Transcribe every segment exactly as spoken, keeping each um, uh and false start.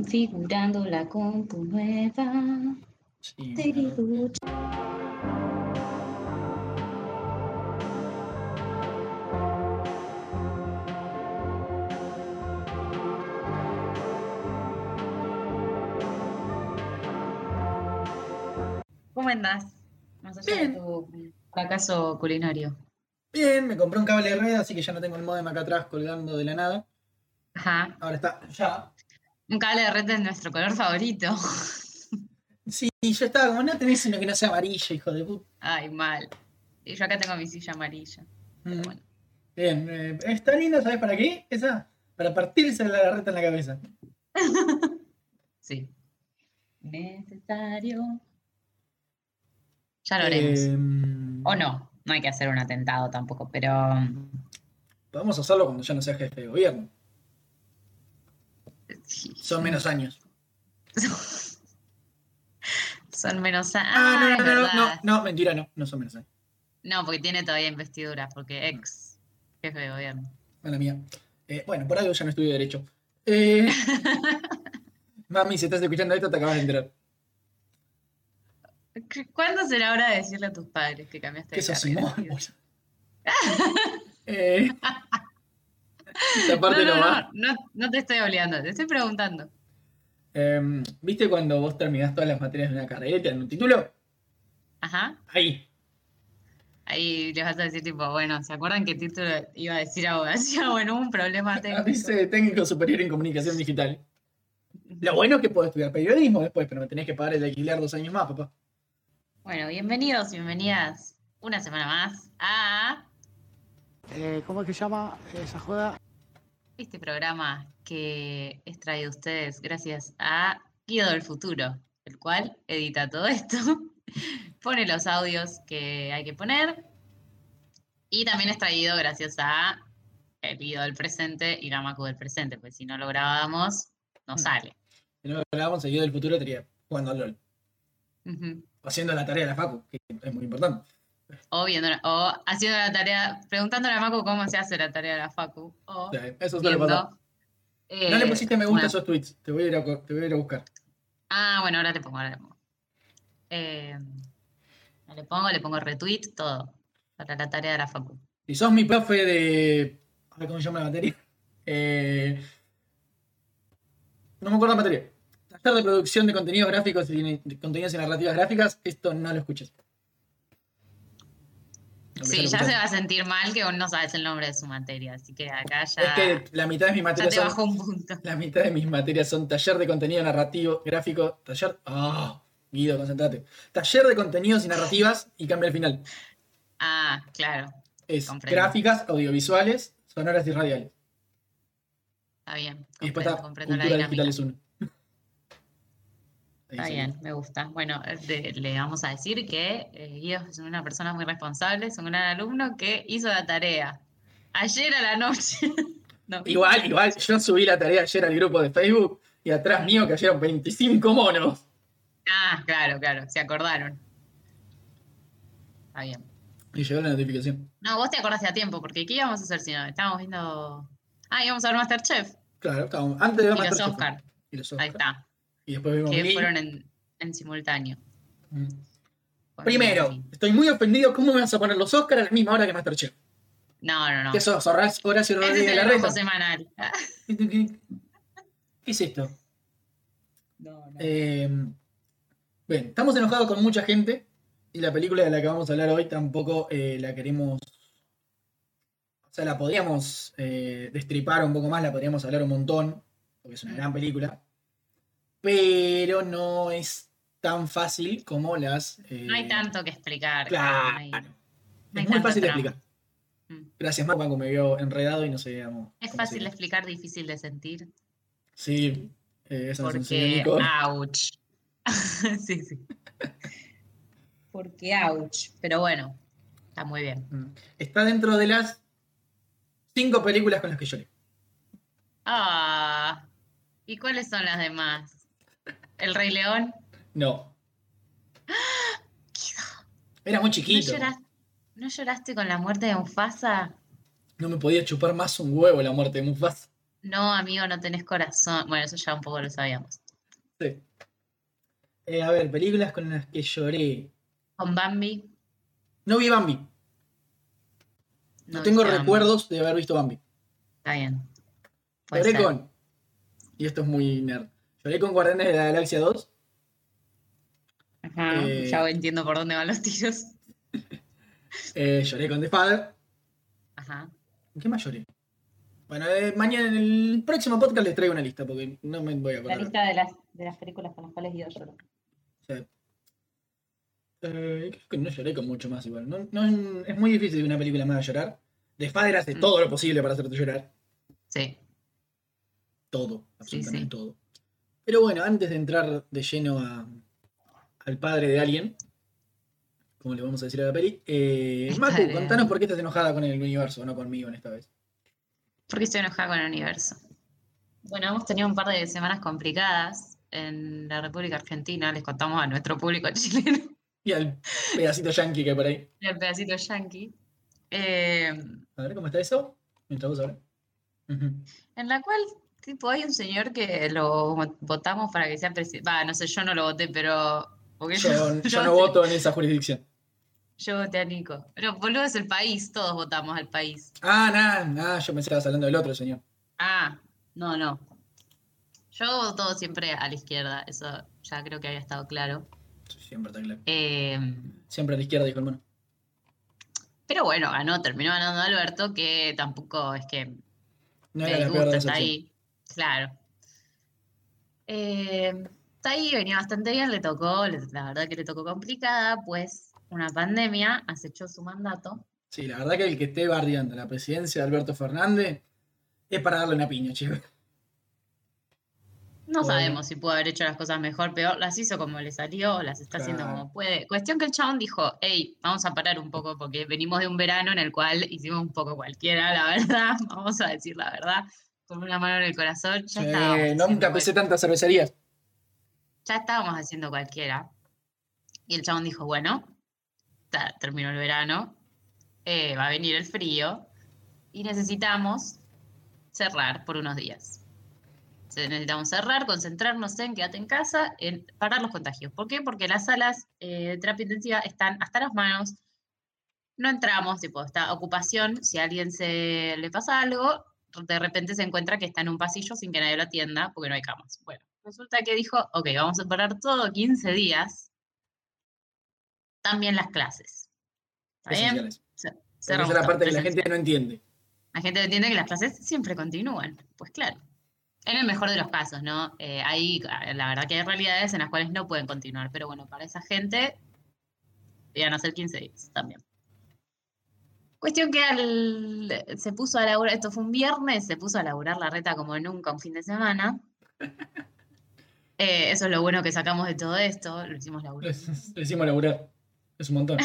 Configurando la compu nueva. Sí, Tiribu. ¿Cómo andás? Más allá Bien. de tu fracaso culinario. Bien, me compré un cable de red, así que ya no tengo el modem acá atrás colgando de la nada. Ajá. Ahora está ya. Un cable de red es nuestro color favorito. Sí, yo estaba como, no tenés uno que no sea amarillo, hijo de puta. Ay, mal. Y yo acá tengo mi silla amarilla. Pero Mm. bueno. Bien, eh, está linda, ¿sabes para qué? Esa, para partirse la reta en la cabeza. Sí. Necesario. Ya lo haremos. Eh, O no. No hay que hacer un atentado tampoco, pero. Podemos hacerlo cuando ya no sea jefe de gobierno. Son menos años. Son menos. Ah, Ah, no, es no, no, no, verdad. no, no, mentira, no, no son menos años. No, porque tiene todavía investidura, porque ex jefe de gobierno. Mala mía. Eh, bueno, por algo ya no estudio Derecho. Eh, mami, si estás escuchando esto, te acabas de enterar. ¿Cuándo será hora de decirle a tus padres que cambiaste ¿Qué de sos, carrera? Simón? eh, esta No, parte no, no no, va. no, no te estoy obligando, te estoy preguntando. Eh, ¿Viste cuando vos terminás todas las materias de una carrera y te dan un título? Ajá. Ahí. Ahí les vas a decir tipo, bueno, ¿se acuerdan qué título iba a decir abogacía? Bueno, un problema técnico. Dice técnico superior en comunicación digital. Lo bueno es que puedo estudiar periodismo después, pero me tenés que pagar el alquiler dos años más, papá. Bueno, bienvenidos, bienvenidas una semana más a Eh, ¿Cómo es que se llama esa joda? este programa que es traído a ustedes gracias a Guido del Futuro, el cual edita todo esto, pone los audios que hay que poner y también es traído gracias a el Guido del presente y la Macu del presente, pues si no lo grabábamos, no sale. Si no lo grabamos, seguido del futuro estaría jugando al LOL. Ujú. O haciendo la tarea de la Facu, que es muy importante. O, viendo, o haciendo la tarea, preguntándole a Macu cómo se hace la tarea de la Facu, o O sea, eso suele viendo... pasar. eh, No le pusiste me gusta una- a esos tweets. Te voy a ir a, te voy a, ir a buscar. Ah, bueno, ahora le pongo, ahora le pongo. Eh, le pongo, le pongo retweet, todo, para la tarea de la Facu. Si sos mi profe de. A ver cómo se llama la materia. Eh, no me acuerdo la materia. Taller de producción de contenidos gráficos y de contenidos y narrativas gráficas. Esto no lo escuches. No, Sí, lo ya escuchaste. se va a sentir mal que vos no sabes el nombre de su materia, así que acá ya, Es que la mitad de mis ya materias te son. bajó un punto. La mitad de mis materias son taller de contenido narrativo, gráfico, taller. Ah, Guido, concentrate. Taller de contenidos y narrativas y cambia al final. Ah, claro, Es comprendo. gráficas, audiovisuales, sonoras y radiales. Está bien, Y después comprendo, está comprendo la cultura dinámica. digital es uno. Ahí Está salió. bien, me gusta. Bueno, de- le vamos a decir que eh, Guido es una persona muy responsable, es un gran alumno que hizo la tarea ayer a la noche. No, Igual, igual, yo subí la tarea ayer al grupo de Facebook y atrás mío cayeron veinticinco monos. Ah, claro, claro, se acordaron. Está bien. Y llegó la notificación. No, vos te acordaste a tiempo, porque ¿qué íbamos a hacer si no? Estábamos viendo. Ah, íbamos a ver Masterchef Claro, estábamos antes de ver y los Masterchef. Oscar. Y los Ahí Oscar. está. Y después vimos Que Glee. fueron en, en simultáneo. Mm. Con Primero, Glee. estoy muy ofendido. ¿Cómo me vas a poner los Oscar a la misma hora que Masterchef? No, no, no. ¿Qué sos, Horacio Horacio Ese es Rodríguez el de la enojo Reta? semanal. ¿Qué, qué- qué- qué es esto? No, no. Eh, bien, estamos enojados con mucha gente y la película de la que vamos a hablar hoy tampoco eh, la queremos. O sea, la podríamos eh, destripar un poco más, la podríamos hablar un montón, porque es una gran película, pero no es tan fácil como las. eh, No hay tanto que explicar. Claro. No hay, no hay Es muy tanta fácil de trama. explicar. Mm. Gracias, Marco, me vio enredado y no sabíamos. Es cómo fácil de seguir. explicar, difícil de sentir. Sí, eh, eso nos enseñó Porque, Nico. ouch. Sí, sí. Porque, ouch. Pero bueno, está muy bien. Mm. Está dentro de las cinco películas con las que lloré. Ah, ¿y cuáles son las demás? ¿El Rey León? No. Era muy ¿No chiquito. lloraste, ¿No lloraste con la muerte de Mufasa? No me podía chupar más un huevo la muerte de Mufasa. No, amigo, no tenés corazón. Bueno, eso ya un poco lo sabíamos. Sí. Eh, a ver, películas con las que lloré. Con Bambi, No vi Bambi. No, no tengo viste Bambi. recuerdos de haber visto Bambi. Está bien. Puede Lloré ser. con. Y esto es muy nerd. Lloré con Guardianes de la Galaxia dos. Ajá, Eh, ya entiendo por dónde van los tiros. eh, lloré con The Father. Ajá. ¿En qué más lloré? Bueno, eh, mañana en el próximo podcast les traigo una lista porque no me voy a La acordar. lista de las, de las películas con las cuales yo lloro. Sí. Eh, creo que no lloré con mucho más igual. No, no, es muy difícil que una película me haga llorar. The Father hace Mm. todo lo posible para hacerte llorar. Sí. Todo, Sí, absolutamente sí. todo. Pero bueno, antes de entrar de lleno a, al padre de alguien, como le vamos a decir a la peli, eh, El Macu, padre de contanos alguien. por qué estás enojada con el universo, no conmigo en esta vez. Porque estoy enojada con el universo. Bueno, hemos tenido un par de semanas complicadas en la República Argentina. Les contamos a nuestro público chileno Y al pedacito yankee que hay por ahí. y al pedacito yankee. Eh, A ver cómo está eso. Mientras vos ahora. Ujú. en la cual, tipo, hay un señor que lo votamos para que sea presidente. Va, no sé, yo no lo voté, pero. Porque yo, Yo, yo yo no voté- voto en esa jurisdicción. Yo voté a Nico. Pero boludo es el país, todos votamos al país. Ah, nada, nada, yo pensé que estabas hablando del otro señor. Ah, no, no. Yo voto siempre a la izquierda, eso ya creo que había estado claro. Siempre está claro. Eh, Siempre a la izquierda, dijo el mono. pero bueno, ganó, terminó ganando Alberto, que tampoco es que No me era la peor de disgusta, las está opciones. ahí. Claro. Eh, está ahí, venía bastante bien, le tocó, le- la verdad que le tocó complicada, pues una pandemia acechó su mandato. Sí, la verdad que el que esté bardeando la presidencia de Alberto Fernández es para darle una piña, chicos. No Bueno. sabemos si pudo haber hecho las cosas mejor, peor, las hizo como le salió, las está haciendo Claro. como puede. Cuestión que el chabón dijo, hey, vamos a parar un poco porque venimos de un verano en el cual hicimos un poco cualquiera, la verdad, vamos a decir la verdad, con una mano en el corazón, ya Sí, estábamos haciendo nunca cual- pisé tantas cervecerías. ya estábamos haciendo cualquiera. Y el chabón dijo, bueno, ta- terminó el verano, eh, va a venir el frío y necesitamos cerrar por unos días. Se- Necesitamos cerrar, concentrarnos en quédate en casa, en parar los contagios. ¿Por qué? Porque las salas eh, de terapia intensiva están hasta las manos, no entramos, tipo, está ocupación, si a alguien se le pasa algo, de repente se encuentra que está en un pasillo sin que nadie lo atienda porque no hay camas. Bueno, resulta que dijo, ok, vamos a parar todo quince días, también las clases. ¿Está bien? Esenciales. Ce- Porque cerramos esa es la todo, parte que la presencial. gente no entiende. La gente entiende que las clases siempre continúan. Pues claro. En el mejor de los casos, ¿no? Eh, hay, la verdad que hay realidades en las cuales no pueden continuar, pero bueno, para esa gente iban a ser quince días también. Cuestión que al, se puso a laburar, esto fue un viernes, se puso a laburar la reta como nunca un fin de semana. Eh, eso es lo bueno que sacamos de todo esto, lo hicimos laburar. Le hicimos laburar. Es un montón.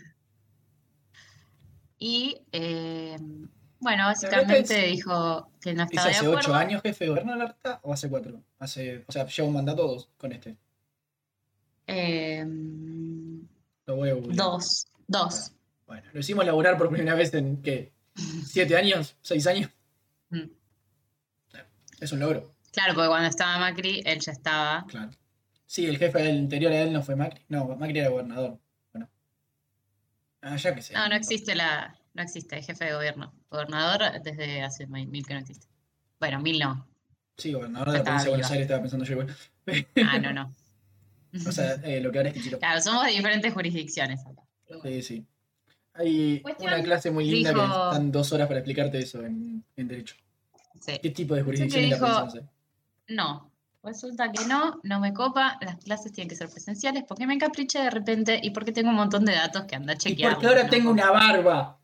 Y eh, bueno, reta básicamente es- dijo que no ¿Es estaba de hace acuerdo. ocho años jefe de gobierno de la Reta o hace cuatro? Hace, o sea, lleva un mandato dos con este. Eh, Lo voy a googlear. dos, dos. Bueno, lo hicimos laburar por primera vez en, ¿qué? ¿Siete años? ¿Seis años? Mm. Es un logro. Claro, porque cuando estaba Macri, él ya estaba. Claro. Sí, el jefe del anterior a él no fue Macri. No, Macri era gobernador. Bueno. Ah, ya que sé. No, no existe la, no existe jefe de gobierno. Gobernador desde hace mil mil que no existe. Bueno, mil no. Sí, gobernador de Ya la provincia de estaba Buenos viva. Aires estaba pensando yo igual. Ah, no, no. O sea, eh, lo que ahora es Kicillof. Claro, somos de diferentes jurisdicciones acá. Pero bueno. Sí, sí. Hay Cuestión, una clase muy linda dijo- que están dos horas para explicarte eso en, en Derecho. Sí. ¿Qué tipo de Cuestión jurisdicción que es la dijo- provincia de Buenos Aires? No, resulta que no, no me copa, las clases tienen que ser presenciales porque me encapriché de repente y porque tengo un montón de datos que anda a Y chequear. porque ahora tengo una barba.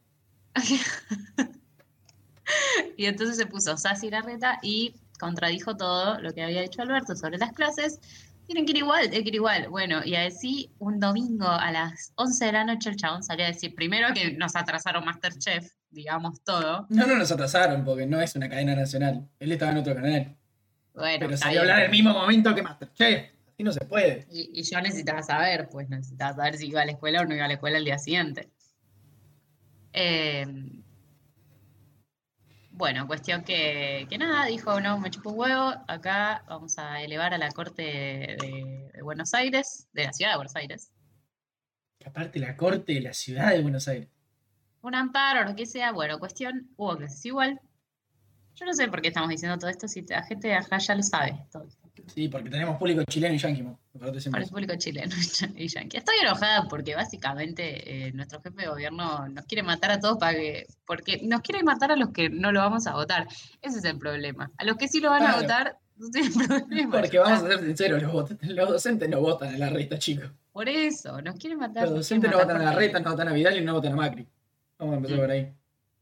Y entonces se puso Sassy Larreta y contradijo todo lo que había dicho Alberto sobre las clases. Tienen que ir igual, tienen que ir igual. Bueno, y así un domingo a las once de la noche el chabón salió a decir, primero que nos atrasaron Masterchef, digamos todo. No, no nos atrasaron porque no es una cadena nacional. Él estaba en otro canal. Bueno, Pero está salió a bien, hablar en el pero- mismo momento que Masterchef. Así no se puede. Y, y yo necesitaba saber, pues necesitaba saber si iba a la escuela o no iba a la escuela el día siguiente. Eh, bueno, cuestión que, que nada, dijo, no, me chupo un huevo, acá vamos a elevar a la corte de, de Buenos Aires, de la ciudad de Buenos Aires, Aparte la corte de la ciudad de Buenos Aires. un amparo o lo que sea, bueno, cuestión, hubo clases igual. Yo no sé por qué estamos diciendo todo esto, si la gente de acá ya lo sabe, todo esto. Sí, porque tenemos público chileno y yanqui, mo. Acordate siempre Por el eso. público chileno y yanqui. Estoy enojada porque básicamente eh, nuestro jefe de gobierno nos quiere matar a todos para que, porque nos quiere matar a los que no lo vamos a votar. Ese es el problema. A los que sí lo van a Claro. votar, no tienen problema. Porque vamos a ser sinceros, los, vot- los docentes no votan a la reta, chicos. Por eso, nos quiere matar. Los nos quiere docentes no matar votan a la porque- reta, no votan a Vidal y no votan a Macri. Vamos a empezar Mm. por ahí.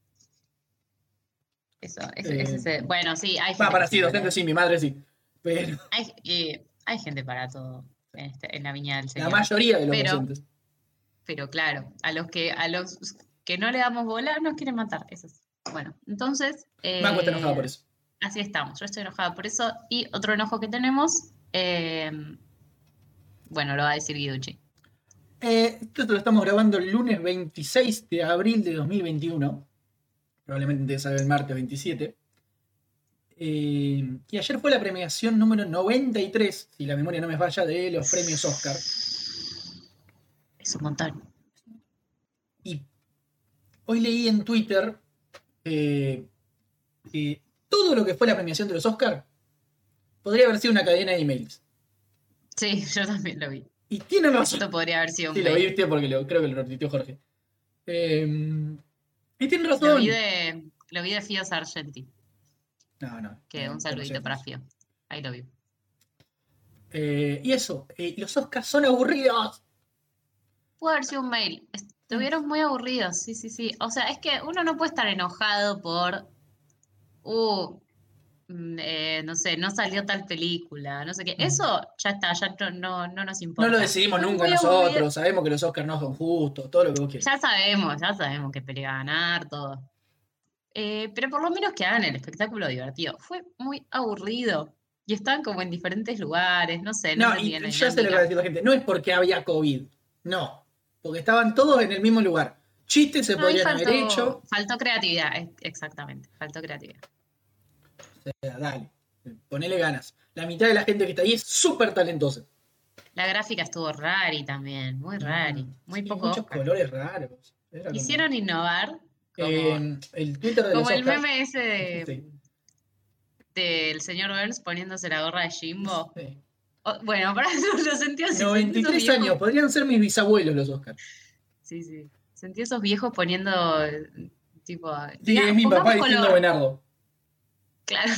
Eso, ese, Eh, ese es el- bueno, sí, hay gente. Va, para que sí, sí, docentes sí, mi madre sí. Pero Hay, eh, hay gente para todo en, este- en la viña del la Señor. mayoría de los Pero- docentes. Pero claro, a los que a los que no le damos bola nos quieren matar. Eso es. Bueno, entonces. eh, Maco está enojada por eso. Así estamos. Yo estoy enojada por eso. Y otro enojo que tenemos. eh, bueno, lo va a decir Guiducci. Eh, esto lo estamos grabando el lunes veintiséis de abril de dos mil veintiuno. Probablemente salga el martes veintisiete. Eh, y ayer fue la premiación número noventa y tres, si la memoria no me falla, de los premios Oscar. Es un montón. Y hoy leí en Twitter eh, que todo lo que fue la premiación de los Oscar podría haber sido una cadena de emails. Sí, yo también lo vi. Y tienen razón. Esto podría haber sido un Sí, lo mail. viste porque lo, creo que lo repitió Jorge. Eh, y tienen Lo razón. vi de, lo vi de Fío Sargenti. No, no. Que no, un saludito conocemos. para Fío. Ahí lo vi. Eh, y eso, eh, los Oscars son aburridos. Pudo haber sido un mail. Estuvieron muy aburridos, sí, sí, sí. O sea, es que uno no puede estar enojado por. Uh, mm, eh, no sé, no salió tal película, no sé qué. Mm. Eso ya está, ya no, no, no nos importa. No lo decidimos Fue nunca muy nosotros. aburrido. Sabemos que los Oscars no son justos, todo lo que vos quieras. Ya sabemos, ya sabemos que pelea a ganar, todo. Eh, pero por lo menos que hagan el espectáculo divertido. Fue muy aburrido. Y estaban como en diferentes lugares, no sé, no, No, y entendía la ya se le va dinámica. a decir a la gente, no es porque había COVID. No, porque estaban todos en el mismo lugar. Chistes se No, ahí podrían haber faltó, hecho. faltó creatividad, e- exactamente, faltó creatividad. O sea, dale, ponele ganas. La mitad de la gente que está ahí es súper talentosa. La gráfica estuvo rari también, muy rari, muy Sí, poco muchos Oscar. colores raros. Era como- Quisieron innovar como, Eh, el Twitter de como los el Oscars. meme ese de, Sí. del señor Burns poniéndose la gorra de Jimbo. Sí. O- bueno, para eso lo sentí así. noventa y sentí tres esos años, viejos- podrían ser mis bisabuelos los Oscars. Sí, sí. Sentí esos viejos poniendo eh, tipo. Sí, "Ya, es mi pongamos papá diciendo color". Bernardo. Claro.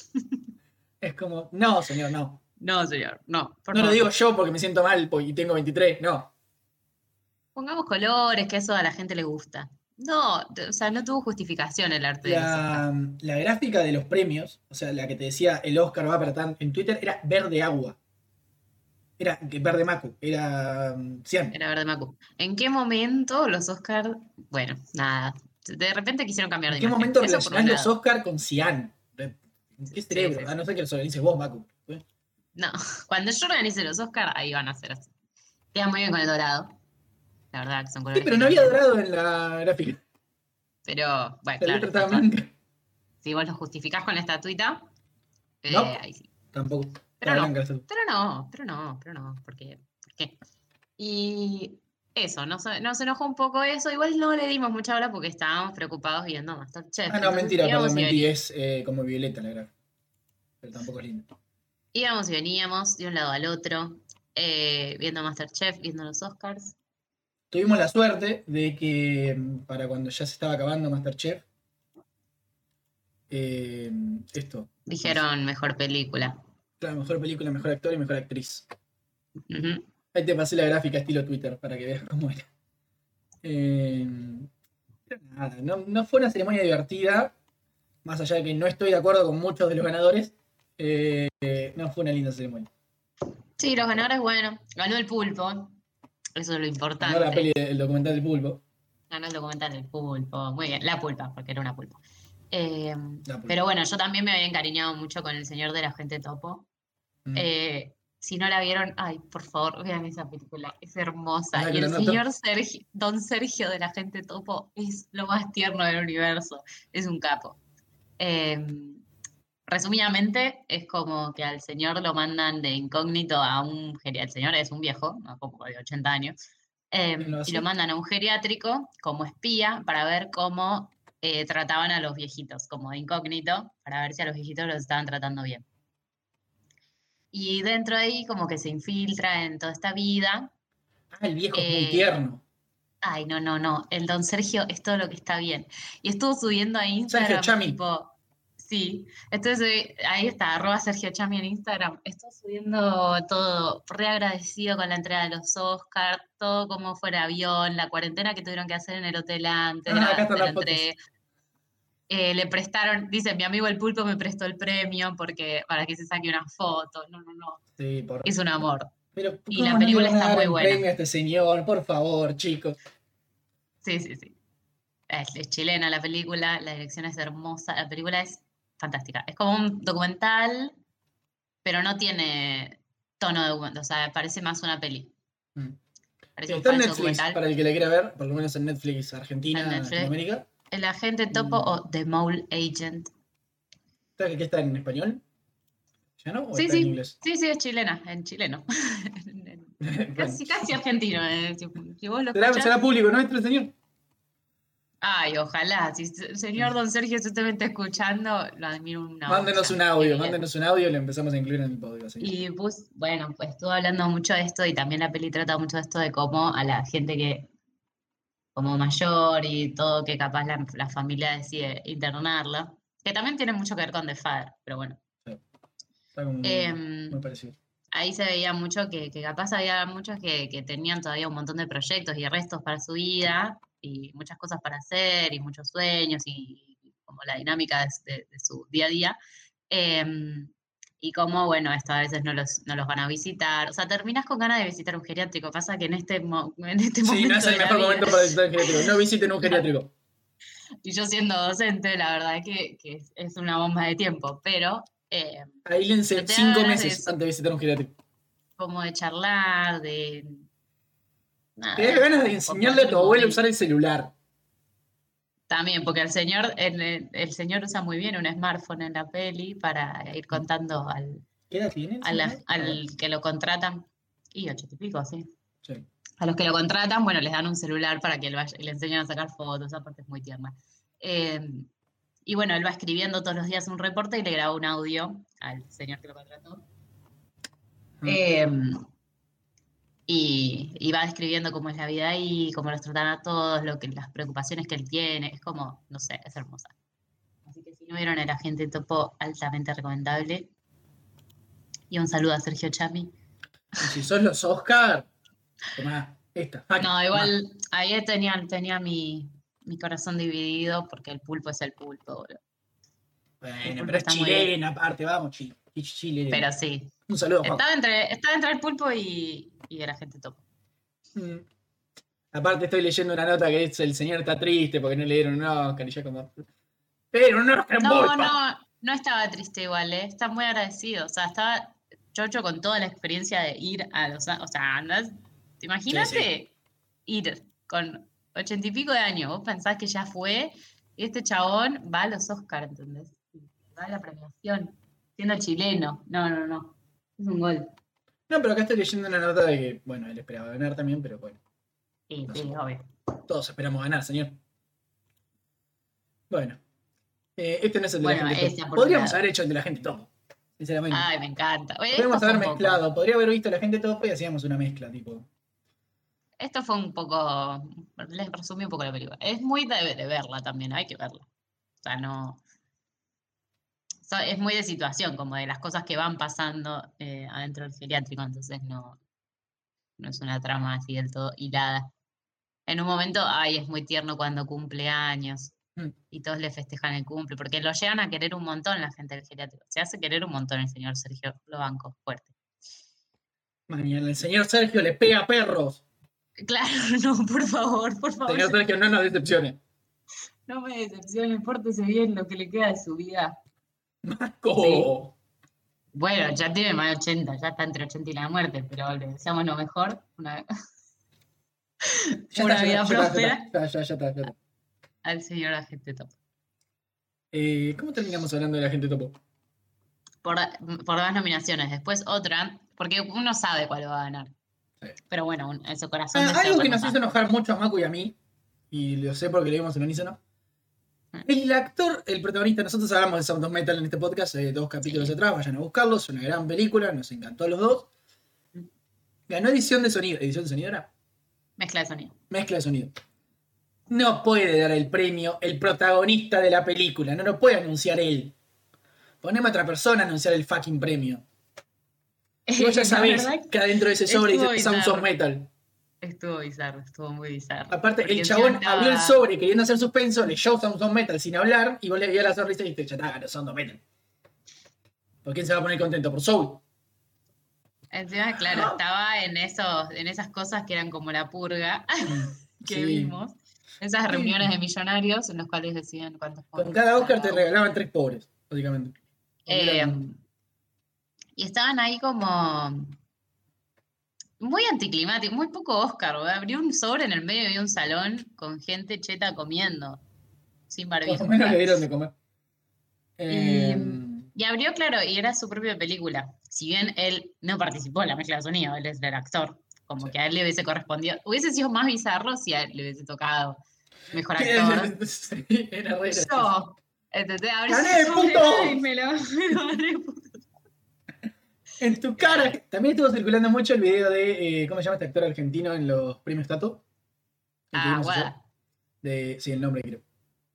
Es como, no, señor, no. No, señor, no. Por No lo favor. digo yo porque me siento mal po- y tengo veintitrés, no. Pongamos colores, que eso a la gente le gusta. No, o sea, no tuvo justificación el arte de los Oscar. La, la gráfica de los premios, o sea, la que te decía el Oscar va para tan en Twitter, era verde agua. Era que verde macu, era um, cian. Era verde Macu. ¿En qué momento los Oscar, bueno, nada, de repente quisieron cambiar de ¿En qué imagen? momento Eso por un relacionás los lado. Oscar con cian? ¿En qué cerebro? sí, sí. A no ser que los organices vos, Macu. ¿eh? No, cuando yo organice los Oscar, ahí van a ser así. Queda muy bien con el dorado. La verdad que son Sí, colores. pero que no había quedan bien. dorado en la gráfica. Pero, bueno, La claro, letra estaba faltó- blanca. si vos lo justificás con la estatuita, eh, No. ahí sí. Tampoco. Pero Estaba no. blanca la estatua. Pero no, pero no, pero no, porque, ¿por qué? Y eso, nos, nos enojó un poco eso. Igual no le dimos mucha hora porque estábamos preocupados viendo MasterChef. Ah, no, Entonces, mentira, íbamos perdón, y mentí. veníamos. Es eh, como violeta la gráfica. Pero tampoco es lindo. Íbamos y veníamos de un lado al otro, eh, viendo MasterChef, viendo los Oscars. Tuvimos la suerte de que mm, para cuando ya se estaba acabando MasterChef, eh, esto, Dijeron mejor película. la mejor película, mejor actor y mejor actriz. Ujú. Ahí te pasé la gráfica estilo Twitter para que veas cómo era. Eh, pero nada, no, no fue una ceremonia divertida, más allá de que no estoy de acuerdo con muchos de los ganadores, eh, eh, no fue una linda ceremonia. Sí, los ganadores, bueno, ganó el pulpo. Eso es lo importante. Ganó la peli, el documental del pulpo. Ganó el documental del pulpo. Muy bien, la pulpa, porque era una pulpa. Eh, La pulpa. pero bueno, yo también me había encariñado mucho con El Señor de la Gente Topo. Mm. Eh, si no la vieron, ay, por favor, vean esa película, es hermosa. Ah, Y que el la noto. señor Sergio, Don Sergio de la Gente Topo es lo más tierno del universo. Es un capo. Eh, resumidamente, es como que al señor lo mandan de incógnito a un geriátrico. El señor es un viejo, ¿no? Como de ochenta años, eh, ¿Quién lo y lo hace? mandan a un geriátrico como espía para ver cómo eh, trataban a los viejitos, como de incógnito, para ver si a los viejitos los estaban tratando bien. Y dentro de ahí como que se infiltra en toda esta vida. Ah, el viejo es muy eh, tierno. Ay, no, no, no. El don Sergio es todo lo que está bien. Y estuvo subiendo a Sergio Instagram, Chami. tipo, sí. Entonces, ahí está, arroba Sergio Chami en Instagram. Estuvo subiendo todo, re agradecido con la entrega de los Oscars, todo como fuera avión, la cuarentena que tuvieron que hacer en el hotel antes de Ah, acá la, están de la las fotos. entrega. Eh, le prestaron, dice, mi amigo el Pulpo me prestó el premio porque para que se saque una foto. No, no, no. Sí, por... Es un amor. Pero, Y la ¿cómo no le película van a está dar muy un buena. premio a este señor? Por favor, chicos. Sí, sí, sí. Es, es chilena la película, la dirección es hermosa, la película es fantástica. Es como un documental, pero no tiene tono de documental, o sea, parece más una peli. Mm. Parece un Está en falso Netflix, documental. para el que le quiera ver, por lo menos en Netflix Está en Argentina, Netflix. Latinoamérica. El agente topo Y- o The Mole Agent. ¿Está, ¿Qué está en español? ¿Ya no? ¿O Sí, está en sí, inglés? sí, sí, es chilena, en chileno. Bueno. Casi, casi argentino. eh, Si, si vos lo ¿Será, escuchás. será público nuestro, señor? Ay, ojalá. Si el señor Don Sergio se usted me está escuchando, lo admiro una Mándenos un olla. Qué audio, bien. mándenos un audio y lo empezamos a incluir en el podcast. ¿Sí? Y pues, bueno, pues estuvo hablando mucho de esto y también la peli trata mucho de esto de cómo a la gente que, como mayor y todo, que capaz la, la familia decide internarla, que también tiene mucho que ver con The Father, pero bueno. Sí. Está como muy, Em, muy parecido. ahí se veía mucho que, que capaz había muchos que, que tenían todavía un montón de proyectos y restos para su vida y muchas cosas para hacer y muchos sueños y, y como la dinámica de, de- de su día a día. Em, y cómo, bueno, esto a veces no los, no los van a visitar. O sea, terminás con ganas de visitar un geriátrico. Pasa que en este, mo- en este Sí, no momento es el de la mejor vida, momento para visitar el geriátrico. No visiten un geriátrico. y yo siendo docente, la verdad es que, que es, es una bomba de tiempo, pero, eh, Aílense pero te da cinco ganas de meses eso, antes de visitar un geriátrico. como de charlar, de Te da nada, ganas de como enseñarle a compartir tu un abuelo a momento. usar el celular. También, porque el señor, el, el- el señor usa muy bien un smartphone en la peli para ir contando al, ¿Qué edad tiene el a la- señor? A ver. al que lo contratan, y ochenta y pico, sí. Sí. A los que lo contratan, bueno, les dan un celular para que él vaya, y le enseñan a sacar fotos, aparte es muy tierna. Eh, y bueno, él va escribiendo todos los días un reporte y le graba un audio al señor que lo contrató. Ah. Eh, y, y va describiendo cómo es la vida ahí, cómo los tratan a todos, lo que, las preocupaciones que él tiene. Es como, no sé, es hermosa. Así que si no vieron El Agente Topo, altamente recomendable. Y un saludo a Sergio Chami. Y si sos los Oscar, tomá esta. Aquí, No, tomá. igual ahí tenía, tenía mi, mi corazón dividido porque el pulpo es el pulpo, boludo. El Bueno, pulpo pero es está muy bien. chilena, aparte, vamos, Chile. Chile. Pero sí. Un saludo, Juan. Estaba entre, estaba entre el pulpo y, y El Agente Topo. Mm. Aparte estoy leyendo una nota que dice el señor está triste porque no le dieron un Oscar y yo como... Pero un Oscar en No, Pulpo. no, no estaba triste igual, ¿eh? Está muy agradecido. O sea, estaba chocho con toda la experiencia de ir a los... O sea, andás... Imagínate Sí, ir con ochenta y pico de años. Vos pensás que ya fue y este chabón va a los Oscars, ¿entendés? Va a la premiación, siendo chileno. No, no, no. Es un gol. No, pero acá estoy leyendo una nota de que, bueno, él esperaba ganar también, pero bueno, Sí, No sí, sé. obvio. todos esperamos ganar, señor. Bueno, eh, este no es el de Bueno, la gente ese, top. por Podríamos un lado. haber hecho el de la gente top, sinceramente. Ay, me encanta. Oye, Podríamos esto fue haber un poco- mezclado, podría haber visto la gente top y hacíamos una mezcla, tipo. Esto fue un poco, les resumí un poco la película. Es muy de, de verla también, hay que verla. O sea, no, so- es muy de situación, como de las cosas que van pasando eh, adentro del geriátrico, entonces no, no es una trama así del todo hilada. En un momento, ay, es muy tierno cuando cumple años mm, y todos le festejan el cumple, porque lo llegan a querer un montón la gente del geriátrico. Se hace querer un montón el señor Sergio, lo banco, fuerte. Mañana el señor Sergio le pega a perros. Claro, no, por favor, por favor. Señor Sergio, no nos decepcione. No me decepcione, pórtese bien lo que le queda de su vida. Marco. Bueno, ya tiene más de ochenta, ya está entre ochenta y la muerte, pero le deseamos lo mejor, una, Ya una está, vida ya está, ya próspera está, ya está, ya está, ya está. al señor Agente Top. Eh, ¿Cómo terminamos hablando de la gente topo? Por, por dos nominaciones. Después otra, porque uno sabe cuál va a ganar. Sí. Pero bueno, un- en su corazón Ah, desea algo otra que nos cosa. hizo enojar mucho a Maku y a mí, y lo sé porque lo vimos en Unísono. Mm. El actor, el protagonista, nosotros hablamos de Sound of Metal en este podcast, eh, dos capítulos Sí. atrás, vayan a buscarlo, es una gran película, nos encantó a los dos. Mm. Ganó edición de sonido. ¿Edición de sonido era? Mezcla de sonido. Mezcla de sonido. No puede dar el premio el protagonista de la película, no lo puede anunciar él. Poneme a otra persona a anunciar el fucking premio. Y vos ya La sabés verdad que adentro de ese sobre estuvo dice Sounds of bizarro. Metal. Estuvo bizarro, estuvo muy bizarro. Aparte, Porque el encima chabón estaba- abrió el sobre queriendo hacer suspenso, leyó Sounds of Metal sin hablar, y vos le veías la sonrisa y dijiste, ya está, ganó Sounds of Metal. ¿Por quién se va a poner contento? ¿Por Soul? Encima, claro, estaba en esos, en esas cosas que eran como la purga que Sí. vimos. Esas reuniones de millonarios en los cuales decían cuántos Con fondos cada Oscar te uno. regalaban tres pobres, básicamente. Porque Eh, eran- y estaban ahí como muy anticlimáticos, muy poco Oscar, ¿verdad? Abrió un sobre en el medio de un salón con gente cheta comiendo, sin Por barbijo. lo menos le dieron de comer. Y, Eh, y abrió, claro, y era su propia película. Si bien él no participó en la mezcla de sonido, él es el actor, como Sí. que a él le hubiese correspondido. Hubiese sido más bizarro si a él le hubiese tocado mejor actor. sí, era re gracioso. Yo, ¿entendés? Ahora ¡Gané, sí, puto! y me lo, me lo gané, puto. En tu cara. También estuvo circulando mucho el video de, eh, ¿cómo se llama este actor argentino en los premios Tato? El que Ah, vimos ayer. Guada. De, sí, el nombre creo.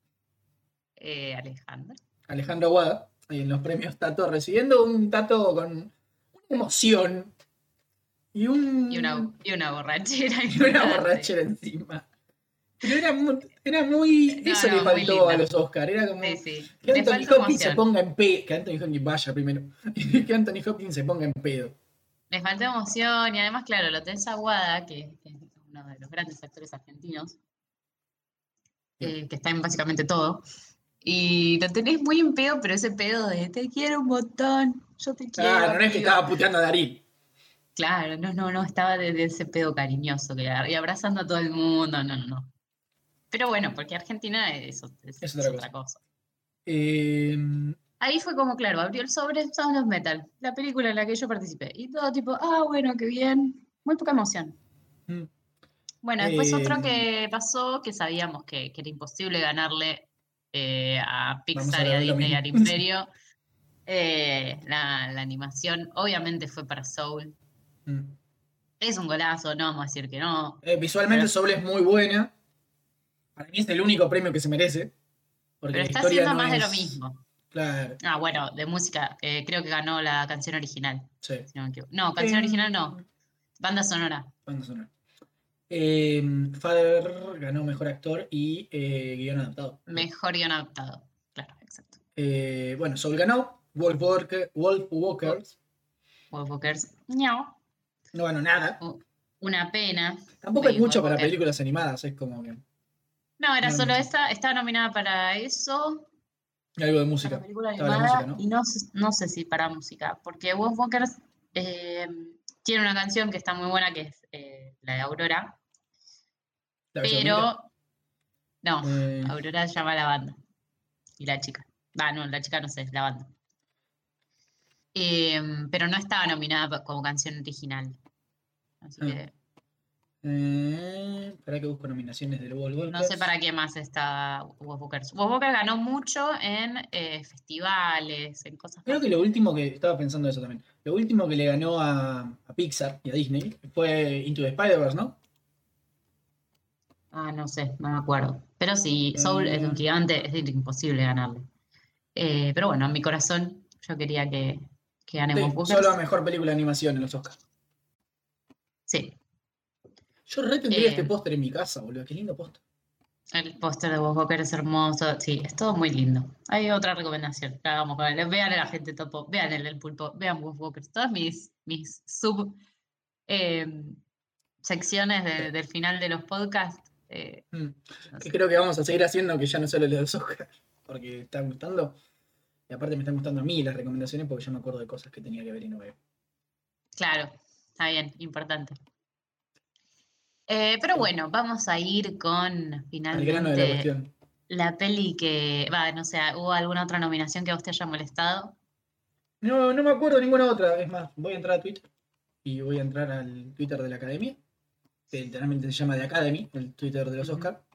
Eh, Alejandro. Alejandro Aguada, en los premios Tato, recibiendo un Tato con una emoción y un Y una, y una borrachera. y una borrachera encima. Pero era muy, era muy No, eso no, le muy faltó lindo. a los Oscars, era como Sí, sí. que Le Anthony falta Hopkins se emoción. ponga en pedo, que Anthony Hopkins vaya primero, y que Anthony Hopkins se ponga en pedo. Le faltó emoción y además, claro, lo tenés a Guada, que, que es uno de los grandes actores argentinos, eh, que está en básicamente todo. Y lo tenés muy en pedo, pero ese pedo de te quiero un montón, yo te quiero. Claro, no es que amigo". estaba puteando a Darín. Claro, no, no, no, estaba de, de ese pedo cariñoso que y abrazando a todo el mundo, no, no, no. Pero bueno, porque Argentina es, es, Es es otra otra cosa. Eh, Ahí fue como, claro, abrió el sobre Sound of Metal, la película en la que yo participé. Y todo tipo, ah, bueno, qué bien. Muy poca emoción. mm, Bueno, después Eh, otro que pasó, que sabíamos que, que era imposible ganarle eh, a Vamos a Pixar y a hablar de lo Disney y al mismo. Imperio. Eh, la, la animación obviamente fue para Soul. mm. Es un golazo, no vamos a decir que no. Eh, visualmente Pero- Soul es muy buena. Para mí es el único premio que se merece. Porque Pero la está historia haciendo no más de lo es- mismo. Claro, Ah, bueno, de música, eh, creo que ganó la canción original. sí. Si no, me equivoco. No, canción Eh, original no. Banda sonora. Banda sonora. Eh, Father ganó mejor actor y eh, guión adaptado. Mejor guión adaptado. Claro, exacto. Eh, bueno, Soul ganó. Wolf, Walker, Wolf Walkers Wolf Walkers. ñau. no ganó nada. Uh, Una pena. Tampoco hay Wolf mucho para Walker. películas animadas, es como que. No, era No, solo no. esa. Estaba nominada para eso, Y algo de para música. película Estaba la animada, música, ¿no? y no, sé- no sé si para música, porque Wolf Walkers eh, tiene una canción que está muy buena, que es eh, la de Aurora, La versión bonita. pero no, Eh, Aurora se llama la banda y la chica. Va, no, la chica no sé, es la banda. Eh, pero no estaba nominada pa- como canción original. Así Ah. que eh, para que busco nominaciones del Wolf Walkers. no sé para qué más está Wolf Walkers. Wolf Walkers ganó mucho en eh, festivales, en cosas Creo que lo último que. Estaba pensando eso también. Lo último que le ganó a, a Pixar y a Disney fue Into the Spider-Verse, ¿no? Ah, no sé, no me acuerdo. Pero sí, Soul es un Mm. gigante, es imposible ganarle. Eh, pero bueno, en mi corazón yo quería que, que gane Sí, Wolf Walkers. solo a mejor película de animación en los Oscars. Sí, Yo re tendría Eh. este póster en mi casa, boludo. Qué lindo póster. el póster de Wolf Walkers es hermoso. Sí, es todo muy lindo. Hay otra recomendación. La hagamos con él. Vean a la gente topo, vean el, el pulpo, vean Wolf Walkers. Todas mis, mis sub eh, secciones de- del final de los podcasts. eh, Mm. no Que sé. creo que vamos a seguir haciendo, que ya no solo los Oscars, porque están gustando. Y aparte me están gustando a mí las recomendaciones porque yo me acuerdo de cosas que tenía que ver y no veo. Claro, está bien, importante. Eh, pero bueno, vamos a ir con Al finalmente grano de la cuestión. la peli que, va, no sé, ¿hubo alguna otra nominación que a usted haya molestado? No, no me acuerdo ninguna otra. Es más, voy a entrar a Twitter y voy a entrar al Twitter de la Academia, que literalmente se llama The Academy, el Twitter de los Ujú. Oscars.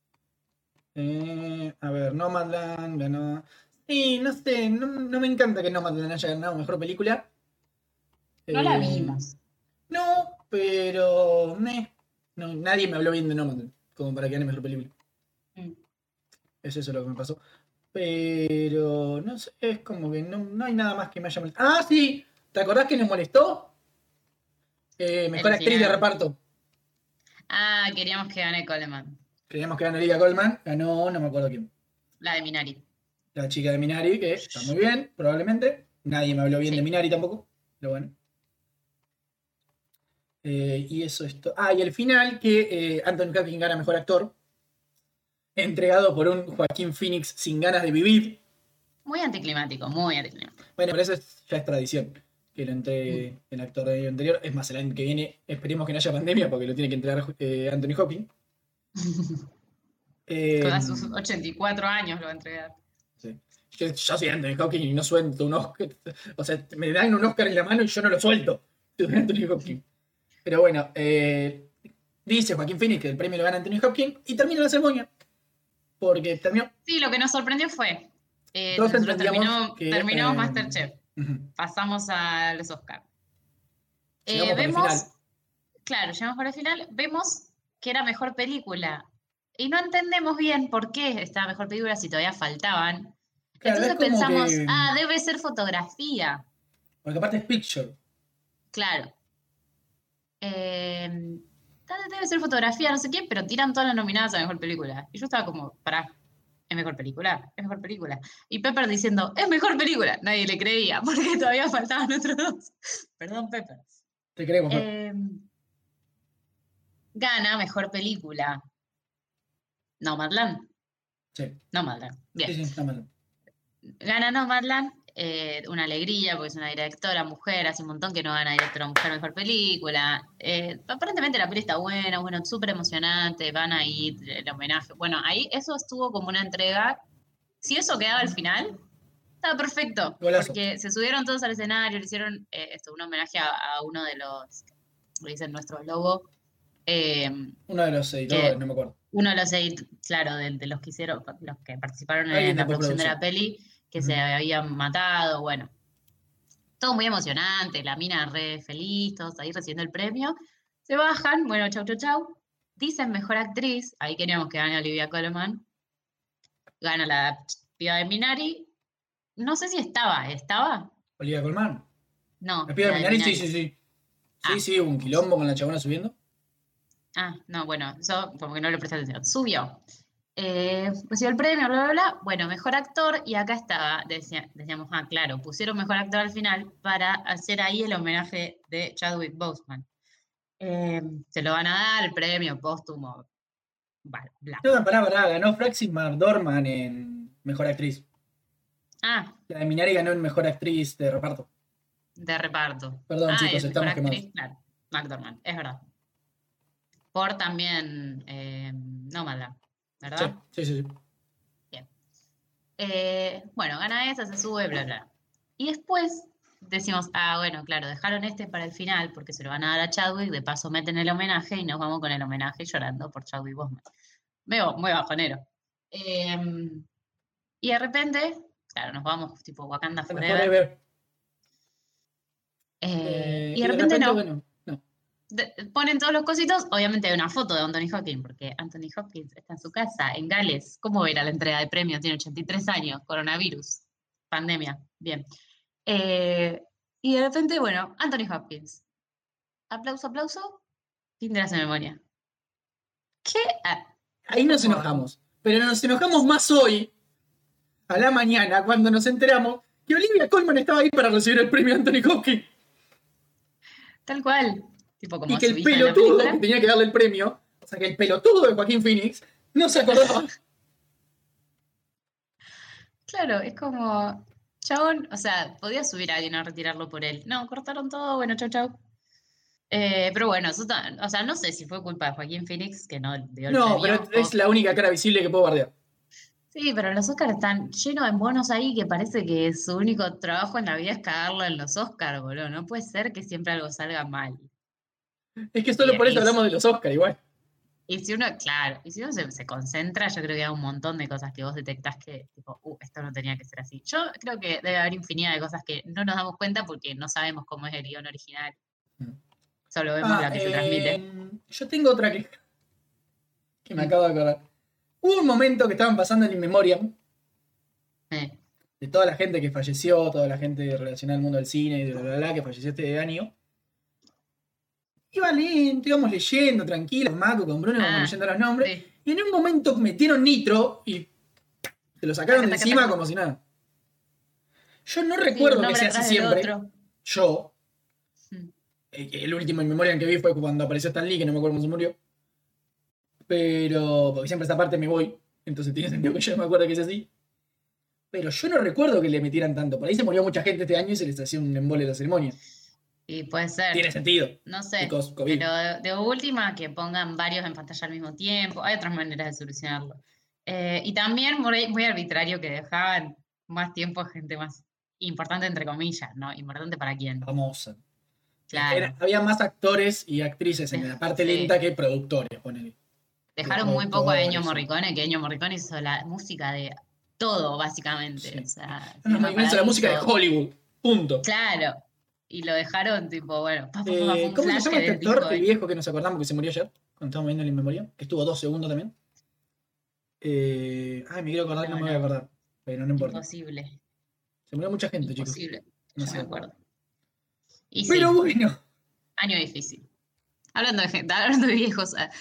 Eh, a ver, Nomadland ganó. Sí, no sé, no, no me encanta que Nomadland haya ganado mejor película. No la Eh, vimos. no, pero. meh, no, nadie me habló bien de Nomadland, como para que gane mejor película. Mm. Es eso lo que me pasó. Pero. No sé, es como que no, no hay nada más que me haya molestado. ¡Ah, sí! ¿Te acordás que nos molestó? Eh, mejor El actriz de final. reparto. Ah, queríamos que gane Coleman. Creíamos que ganó Olivia Colman. Ganó, no me acuerdo quién. La de Minari. La chica de Minari, que está muy bien, probablemente. Nadie me habló bien de Sí. Minari tampoco. Pero bueno. Eh, y eso es todo. Ah, y el final, que eh, Anthony Hopkins gana mejor actor. Entregado por un Joaquín Phoenix sin ganas de vivir. Muy anticlimático, muy anticlimático. Bueno, pero eso es- ya es tradición. Que lo entregue Mm. el actor del año anterior. Es más, el año que viene esperemos que no haya pandemia porque lo tiene que entregar eh, Anthony Hopkins. Eh, A sus ochenta y cuatro años lo va a entregar. sí. Yo, yo soy Anthony Hopkins y no suelto un Oscar. O sea, me dan un Oscar en la mano y yo no lo suelto. Soy Anthony Hopkins. Pero bueno, eh, dice Joaquín Phoenix que el premio lo gana Anthony Hopkins y termina la ceremonia. Porque terminó. Sí, lo que nos sorprendió fue. Eh, Todos nosotros entendíamos terminó, que, terminamos eh, Masterchef. Ujú. Pasamos a los Oscars. Eh, Llegamos por el vemos, final. claro, llegamos por el final, vemos que era mejor película. Y no entendemos bien por qué estaba mejor película si todavía faltaban. Claro, Entonces es como pensamos, que- ah, debe ser fotografía. Porque aparte es Picture. Claro. Eh, tal- debe ser fotografía, no sé qué, pero tiran todas las nominadas a mejor película. Y yo estaba como, pará, es mejor película, es mejor película. Y Pepper diciendo, es mejor película. Nadie le creía, porque todavía faltaban otros dos. Perdón, Pepper. Te queremos. Fer. Eh, gana mejor película. Nomadland. Sí, Nomadland. Bien. sí, sí, está mal. Gana Nomadland, eh, una alegría porque es una directora mujer, hace un montón que no gana directora mujer mejor película. Eh, aparentemente la peli está buena, bueno, súper emocionante, van a ir, el homenaje. Bueno, ahí eso estuvo como una entrega. Si eso quedaba al final, estaba perfecto, Golazo. porque se subieron todos al escenario, le hicieron eh, esto, un homenaje a, a uno de los, le dicen nuestro logo, eh, Uno de los editores, que- no me acuerdo. uno de los edit- claro, de, de los que hicieron, los que participaron Alguien en de la producción de la postproducción. peli, que Ujú. se habían matado, bueno. Todo muy emocionante, la mina re feliz, todos ahí recibiendo el premio. Se bajan, bueno, chau, chau, chau. Dicen mejor actriz, ahí queríamos que gane Olivia Colman. Gana la piba de Minari. No sé si estaba, ¿estaba? Olivia Colman. No, ¿La piba de la Minari? Sí, sí, sí. Sí, Ah. sí, hubo un quilombo con la chabona subiendo. Ah, no, bueno, eso como que no le presté atención. Subió. Eh, recibió el premio, bla, bla, bla. Bueno, mejor actor, y acá estaba, decía- decíamos, ah, claro, pusieron mejor actor al final para hacer ahí el homenaje de Chadwick Boseman. Eh, se lo van a dar el premio póstumo, bla, bla. No, pará, pará, ganó Frances McDormand en Mejor Actriz. Ah, La de Minari ganó en Mejor Actriz de reparto. de reparto. Perdón, ah, chicos, y mejor estamos actriz, quemados. claro, McDormand, es verdad. Por también eh, Nomadland, ¿verdad? Sí, sí, sí. sí. Eh, bueno, gana esa, se sube, bla, bla. Y después decimos, ah, bueno, claro, dejaron este para el final porque se lo van a dar a Chadwick, de paso meten el homenaje y nos vamos con el homenaje llorando por Chadwick Boseman. Veo muy bajonero. Eh, y de repente, claro, nos vamos tipo Wakanda Forever. Forever. Eh, Eh, y de repente, no. bueno, no. De- ponen todos los cositos, obviamente hay una foto de Anthony Hopkins, porque Anthony Hopkins está en su casa, en Gales. ¿Cómo era la entrega de premios? Tiene ochenta y tres años, coronavirus, pandemia, bien. Eh, y de repente, bueno, Anthony Hopkins. Aplauso, aplauso, fin de la ceremonia. ¿Qué? Ah, Ahí nos ¿cómo? enojamos. Pero nos enojamos más hoy, a la mañana, cuando nos enteramos que Olivia Colman estaba ahí para recibir el premio Anthony Hopkins. Tal cual. Tipo como Y que su el hija en la pelotudo película. que tenía que darle el premio, o sea, que el pelotudo de Joaquín Phoenix, no se acordaba. Claro, es como, chabón, o sea, podía subir a alguien a retirarlo por él. No, cortaron todo, bueno, chau, chau. Eh, pero bueno, eso ta- o sea, no sé si fue culpa de Joaquín Phoenix, que no dio el No, premio. pero es o- la única cara visible que puedo bardear. Sí, pero los Oscars están llenos de monos ahí que parece que su único trabajo en la vida es cagarlo en los Oscars, boludo. No puede ser que siempre algo salga mal. Es que Y, solo por eso y, hablamos de los Oscars igual. y si uno, claro, y si uno se, se concentra, yo creo que hay un montón de cosas que vos detectás que, tipo, uh, esto no tenía que ser así. Yo creo que debe haber infinidad de cosas que no nos damos cuenta porque no sabemos cómo es el guión original. Solo vemos Ah, la que se eh, transmite. yo tengo otra que, que me Mm. acabo de acordar. Hubo un momento que estaban pasando en In Memoriam Eh, de toda la gente que falleció, toda la gente relacionada al mundo del cine y de bla, bla, bla, que falleció este año. Iba lento, íbamos leyendo, tranquilos, Maco con Bruno, íbamos Ah, leyendo los nombres. sí. Y en un momento metieron nitro y se lo sacaron Taca, de taca, encima taca. como si nada. Yo no Sí, un recuerdo que nombre sea así atrás del siempre. otro. Yo, Mm. eh, el último In Memoriam que vi fue cuando apareció Stan Lee, que no me acuerdo cómo se murió. Pero, porque siempre esta parte me voy, entonces tiene sentido que yo no me acuerdo que es así. Pero yo no recuerdo que le metieran tanto. Por ahí se murió mucha gente este año y se les hacía un embole la ceremonia. Y puede ser. Tiene sentido. No sé, Because COVID. pero de, de última que pongan varios en pantalla al mismo tiempo, hay otras maneras de solucionarlo. Eh, y también muy, muy arbitrario que dejaban más tiempo a gente más importante, entre comillas, ¿no? Importante para quién. Famosa. Claro. Era- había más actores y actrices en la parte Sí. lenta que productores, ponele. Dejaron de muy poco a Ennio productores, sí. Morricone, que Ennio Morricone hizo la música de todo, básicamente. Sí. O sea, No, tema no, hizo la música de Paradiso. Hollywood. Punto. Claro. Y lo dejaron, tipo, bueno, pa, pa, pa, Eh, un ¿Cómo se flash llama que este dijo, actor, el eh, viejo que nos acordamos que se murió ayer? Cuando estábamos viendo el In Memoriam, que estuvo dos segundos también. Eh, ay, me quiero acordar, no, No, me voy a no. acordar. Pero no importa. Imposible, Se murió mucha gente, chicos. imposible. No Yo sé. me acuerdo. Y Pero sí, bueno. año difícil. Hablando de gente, hablando de viejos, ah,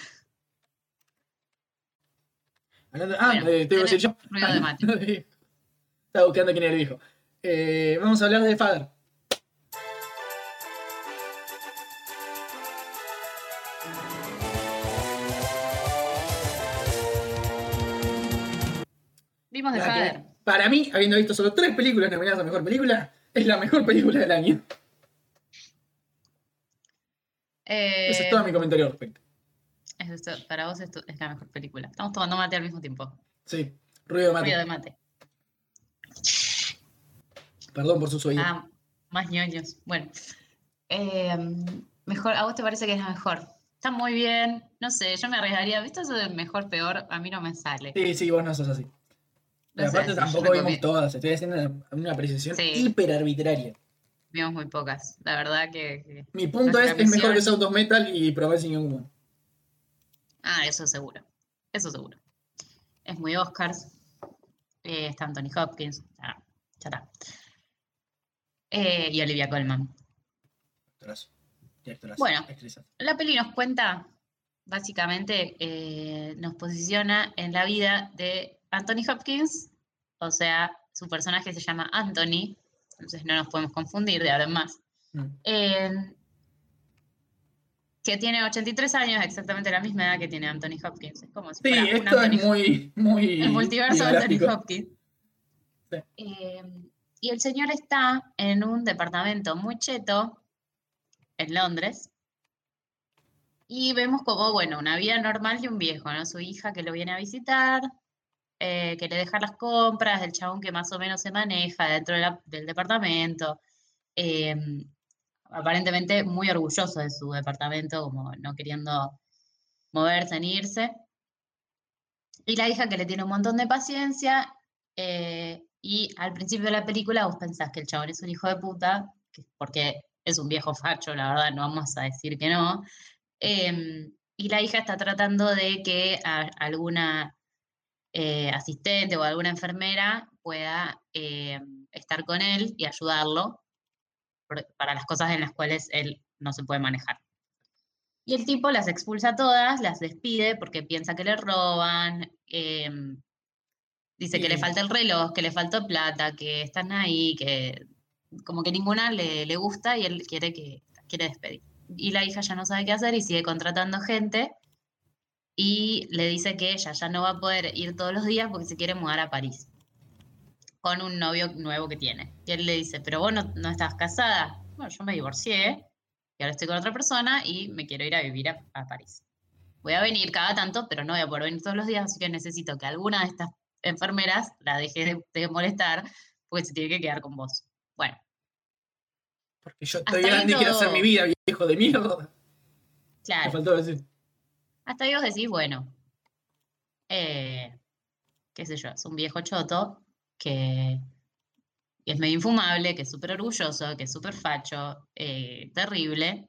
Hablando- ah, Bueno, eh, tengo que decir yo. ruido de mate. Hablando de- Estaba buscando quién era el viejo. Eh, vamos a hablar de Father. Vimos de La que, Father. para mí, habiendo visto solo tres películas nominadas a Mejor Película, es la mejor película del año. Eh, Ese es todo mi comentario al respecto. es esto- para vos esto es la mejor película. Estamos tomando mate al mismo tiempo. Sí, ruido de mate. Ruido de mate. Perdón por sus oídos. Ah, más ñoños. Bueno. Eh, mejor, ¿a vos te parece que es la mejor? Está muy bien. No sé, yo me arriesgaría. ¿Viste eso de mejor, peor? A mí no me sale. Sí, sí, vos no sos así. Pero No sé, aparte sí, yo tampoco me vimos copié. todas. Estoy haciendo una, una apreciación Sí. hiper arbitraria. Vimos muy pocas. La verdad que. que- Mi punto Nuestra es, es mejor que misión- Sound of Metal y Promising Young Woman. Ah, eso seguro. Eso seguro. Es muy Oscars. Eh, está Anthony Hopkins. Ah, ya está. Eh, y Olivia Colman. Actorazo. Directorazo. Bueno. Actrizazo. La peli nos cuenta, básicamente, eh, nos posiciona en la vida de Anthony Hopkins, o sea, su personaje se llama Anthony, entonces no nos podemos confundir de ahora en más, Mm. eh, que tiene ochenta y tres años, exactamente la misma edad que tiene Anthony Hopkins. Es como si Sí, fuera un esto Anthony es muy, muy el multiverso de Anthony biográfico. Hopkins. Sí. Eh, y el señor está en un departamento muy cheto en Londres. Y vemos como, bueno, una vida normal de un viejo, ¿no? Su hija que lo viene a visitar, eh, que le deja las compras, el chabón que más o menos se maneja dentro de la- del departamento. eh, aparentemente muy orgulloso de su departamento, como no queriendo moverse ni irse. Y la hija que le tiene un montón de paciencia. eh, y al principio de la película vos pensás que el chabón es un hijo de puta, que- porque es un viejo facho, la verdad, no vamos a decir que no. Eh, y la hija está tratando de que a- alguna eh, asistente o alguna enfermera pueda eh, estar con él y ayudarlo por- para las cosas en las cuales él no se puede manejar. Y el tipo las expulsa a todas, las despide porque piensa que le roban, eh, dice que le Sí. falta el reloj, que le faltó plata, que están ahí, que como que ninguna le, le gusta y él quiere que quiere despedir. Y la hija ya no sabe qué hacer y sigue contratando gente y le dice que ella ya no va a poder ir todos los días porque se quiere mudar a París con un novio nuevo que tiene. Y él le dice, pero vos no, no estás casada. Bueno, yo me divorcié y ahora estoy con otra persona y me quiero ir a vivir a, a París. Voy a venir cada tanto, pero no voy a poder venir todos los días, así que necesito que alguna de estas enfermeras la dejes de, de molestar porque se tiene que quedar con vos. Bueno. Porque yo estoy grande y quiero hacer mi vida, viejo de mierda. Claro. Me faltó decir. Hasta ahí vos decís, bueno, eh, qué sé yo, es un viejo choto que es medio infumable, que es súper orgulloso, que es súper facho, eh, terrible,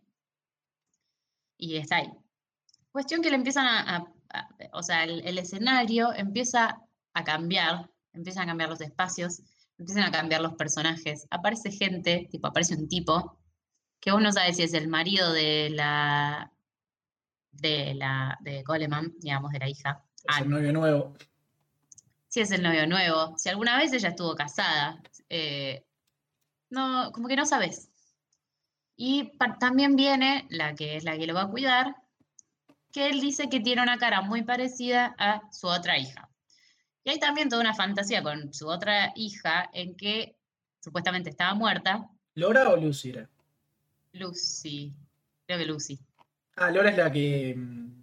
y está ahí. Cuestión que le empiezan a, a, a o sea, el, el escenario empieza a cambiar, empiezan a cambiar los espacios, empiezan a cambiar los personajes, aparece gente, tipo, aparece un tipo, que vos no sabes si es el marido de la, de la, de Coleman, digamos, de la hija. Es el novio nuevo. Si es el novio nuevo, si alguna vez ella estuvo casada, eh, no, como que no sabes. Y pa- también viene la que es la que lo va a cuidar, que él dice que tiene una cara muy parecida a su otra hija. Y hay también toda una fantasía con su otra hija en que supuestamente estaba muerta. ¿Laura o Lucy era? Lucy, creo que Lucy. Ah, Laura es la que.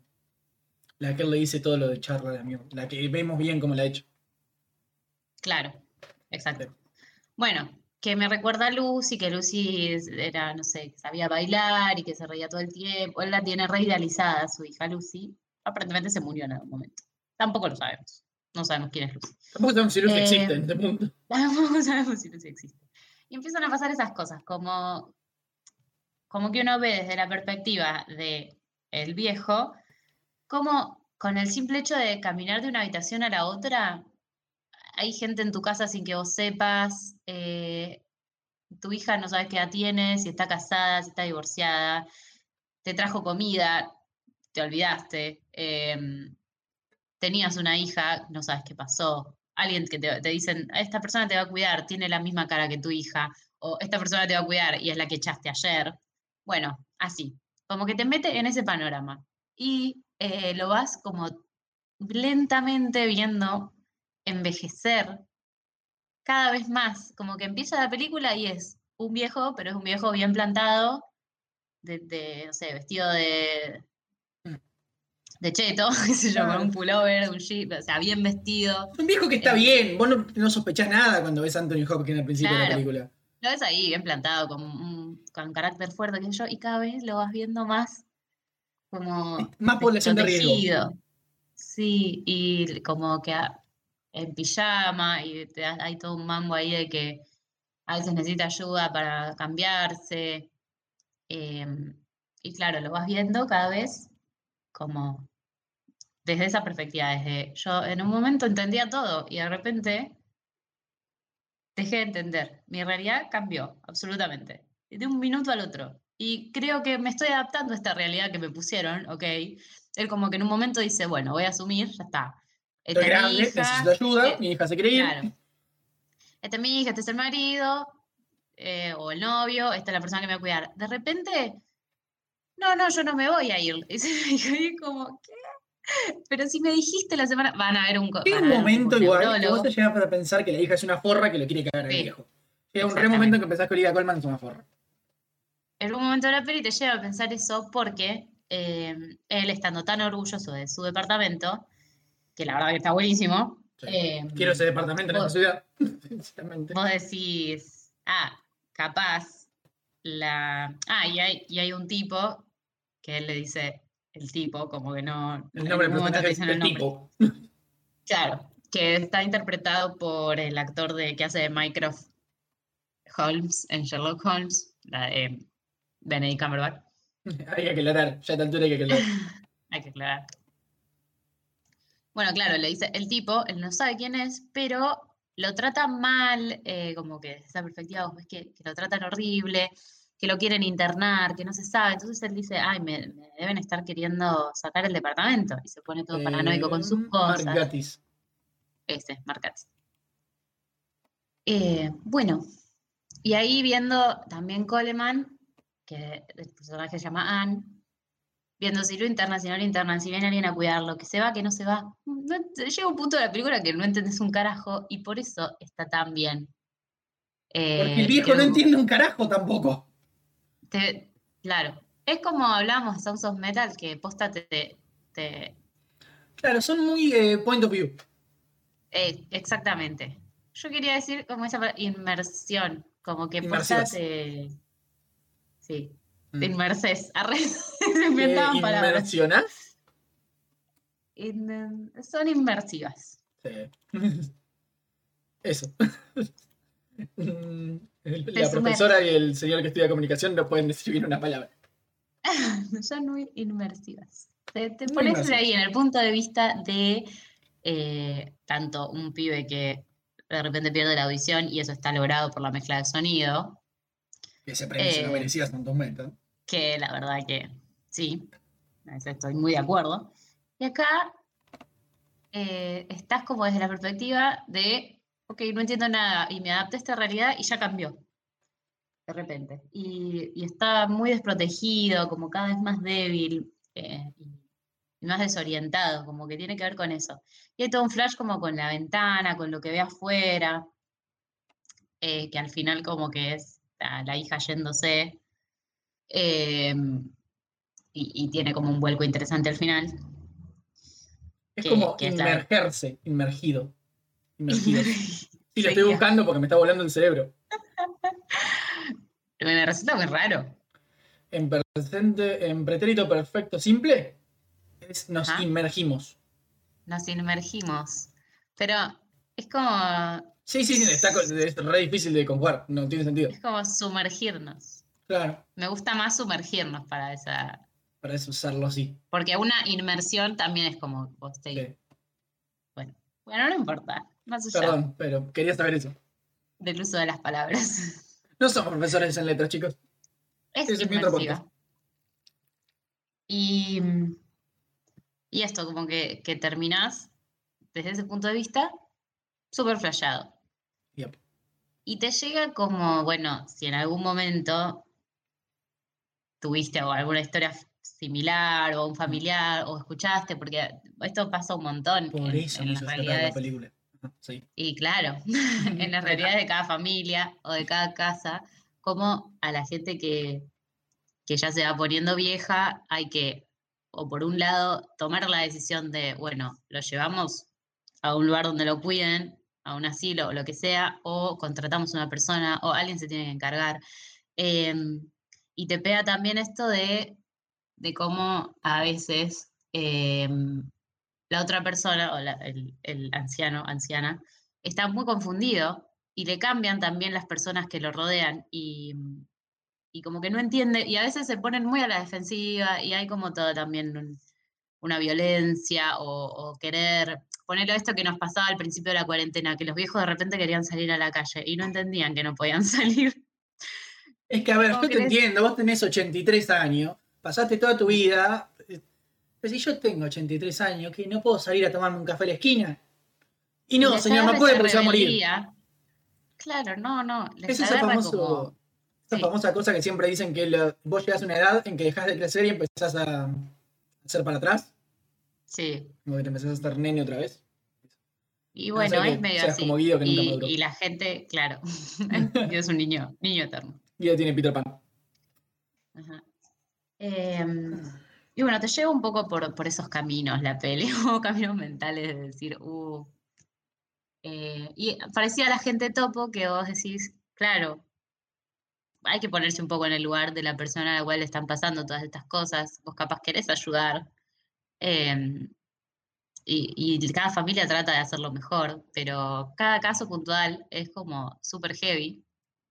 La que él le dice todo lo de charla, la, mierda, la que vemos bien cómo la ha hecho. Claro, exacto. Sí. Bueno, que me recuerda a Lucy, que Lucy era, no sé, que sabía bailar y que se reía todo el tiempo. Él la tiene re idealizada, su hija Lucy. Aparentemente se murió en algún momento. Tampoco lo sabemos. No sabemos quién es Lucy. Tampoco sabemos si Lucy Eh, existe en este mundo. Tampoco sabemos si Lucy existe. Y empiezan a pasar esas cosas, como, como que uno ve desde la perspectiva de el viejo, como con el simple hecho de caminar de una habitación a la otra, hay gente en tu casa sin que vos sepas, eh, tu hija no sabes qué edad tiene, si está casada, si está divorciada, te trajo comida, te olvidaste, eh, tenías una hija, no sabes qué pasó, alguien que te, te dicen, esta persona te va a cuidar, tiene la misma cara que tu hija, o esta persona te va a cuidar y es la que echaste ayer. Bueno, así, como que te mete en ese panorama y eh, lo vas como lentamente viendo envejecer cada vez más, como que empieza la película y es un viejo, pero es un viejo bien plantado, de, de no sé, vestido de, de cheto, qué sé yo, con Claro. un pullover, un jeep, o sea, bien vestido. Es un viejo que está Eh, bien. Vos no, no sospechás nada cuando ves a Anthony Hopkins al principio de la Claro, película. lo ves ahí, bien plantado, con, un- con carácter fuerte, qué sé yo, y cada vez lo vas viendo más Es como más población de riesgo. desprotegido. Sí, y como que a- en pijama, y te da- hay todo un mambo ahí de que a veces necesita ayuda para cambiarse. em, y claro, lo vas viendo cada vez como desde esa perspectiva, desde yo en un momento entendía todo y de repente dejé de entender. Mi realidad cambió, absolutamente, de un minuto al otro. Y creo que me estoy adaptando a esta realidad que me pusieron, ¿ok? Él como que en un momento dice, bueno, voy a asumir, ya está. Esta Estoy es mi grande, hija, necesito ayuda, eh, mi hija se quiere ir. claro, esta es mi hija, este es el marido, eh, o el novio, esta es la persona que me va a cuidar. De repente, no, no, yo no me voy a ir. Y se me quedé como, ¿qué? Pero si me dijiste la semana, van a ver un, co- Llega van un a ver un tipo momento un igual que vos neurólogo. te llegas a pensar que la hija es una forra que lo quiere cagar al Sí, viejo. Llega un re exactamente. momento en que pensás que Olivia Colman es una forra. En un momento de la peli te lleva a pensar eso porque eh, él estando tan orgulloso de su departamento, que la verdad que está buenísimo, Sí. eh, Quiero ese departamento en esta vos, ciudad. Sinceramente. vos decís, ah, capaz la... Ah, y hay, y hay un tipo que él le dice el tipo, como que no, El en nombre del ningún momento personaje te es dicen el el nombre. tipo. Claro, que está interpretado por el actor de, que hace de Mycroft Holmes en Sherlock Holmes, la de Benedict Cumberbatch. Hay que aclarar, ya a esta altura hay que aclarar. Hay que aclarar. Bueno, claro, le dice el tipo, él no sabe quién es, pero lo trata mal, eh, como que desde esa perspectiva vos ves que, que lo tratan horrible, que lo quieren internar, que no se sabe. Entonces él dice, ay, me, me deben estar queriendo sacar el departamento. Y se pone todo paranoico Eh, con sus Mark cosas. Gatiss. Ese, Marcati. Eh, bueno, y ahí viendo también Coleman, que el personaje se llama Anne, viendo si lo interna, si no lo interna, si viene alguien a cuidarlo, que se va, que no se va. No ent- llega un punto de la película que no entendés un carajo y por eso está tan bien. Porque el Eh, y viejo creo no que como entiende un carajo tampoco. te- claro, es como hablamos de Sons of Metal, que posta te, te, te- Claro, son muy eh, point of view. Eh, exactamente. Yo quería decir como esa palabra, inmersión, como que posta Inmersivas. te... Sí, te Mm. inmerses. Arre, se ¿Te inventaban palabras. inmersionás? In- son inmersivas. Sí. Eso. Mm, Te La profesora y sumergen. el señor que estudia comunicación no pueden describir una palabra. Son muy inmersivas. Te, te Muy pones ahí inmersivas. en el punto de vista de eh, tanto un pibe que de repente pierde la audición y eso está logrado por la mezcla de sonido, Ese premio se lo eh, merecía Santos Meta. que la verdad que sí, en eso estoy muy de acuerdo. Y acá eh, estás como desde la perspectiva de, ok, no entiendo nada y me adapté a esta realidad y ya cambió de repente. Y, y está muy desprotegido, como cada vez más débil eh, y, y más desorientado, como que tiene que ver con eso. Y hay todo un flash como con la ventana, con lo que ve afuera, eh, que al final como que es la, la hija yéndose. eh, y, y tiene como un vuelco interesante al final, Es que, como que es la... inmergerse, inmergido, inmergidos. Sí, lo estoy Sería. buscando porque me está volando el cerebro. Me resulta muy raro. En presente, en pretérito perfecto simple, es nos Ajá. inmergimos. Nos inmergimos. Pero es como. Sí, sí, sí, está, co- es re difícil de conjugar, no tiene sentido. Es como sumergirnos. Claro, Me gusta más sumergirnos para esa. para eso usarlo así. Porque una inmersión también es como. vos te- Sí. Bueno, bueno, no importa. Más allá Perdón, pero quería saber eso. del uso de las palabras. No somos profesores en letras, chicos. Es Ese es mi otro podcast. inmersiva. Y, y esto, como que, que terminás desde ese punto de vista, súper flasheado. Yep. Y te llega como, bueno, si en algún momento tuviste o alguna historia similar o un Mm. familiar o escuchaste, porque esto pasa un montón Por en, eso me en las hizo llorar la realidades, película. Ajá, sí. y claro, en las Ahí está. realidades de cada familia o de cada casa, como a la gente que, que ya se va poniendo vieja hay que, o por un lado, tomar la decisión de, bueno, lo llevamos a un lugar donde lo cuiden, a un asilo o lo que sea, o contratamos una persona o alguien se tiene que encargar. Eh, y te pega también esto de, de cómo a veces eh, la otra persona o la- el, el anciano, anciana, está muy confundido y le cambian también las personas que lo rodean y, y como que no entiende y a veces se ponen muy a la defensiva y hay como todo también un- una violencia o, o querer ponerle esto que nos pasaba al principio de la cuarentena, que los viejos de repente querían salir a la calle y no entendían que no podían salir. Es que, a ver, Como yo te querés, entiendo, vos tenés ochenta y tres años, pasaste toda tu mm, vida. eh, Pero si yo tengo ochenta y tres años, que no puedo salir a tomarme un café a la esquina. Y y no, les señor, no agarra puede esa porque se va a morir. rebeldía. Claro, no, no, Es les ese agarra como, famoso, esa sí, famosa cosa que siempre dicen que lo- vos llegás a una edad en que dejás de crecer y empezás a hacer para atrás. sí. Como que te empezás a estar nene otra vez. Y A no ser bueno, que es medio seas como así. Guido que nunca Y, maduró. y la gente, claro, y es un niño, niño eterno. Guido tiene Peter Pan. Ajá. Eh, y bueno, te lleva un poco por, por esos caminos la peli, o caminos mentales de decir, uh, eh, y parecía la gente topo que vos decís, claro, hay que ponerse un poco en el lugar de la persona a la cual le están pasando todas estas cosas, vos capaz querés ayudar, eh, y, y cada familia trata de hacerlo mejor, pero cada caso puntual es como súper heavy,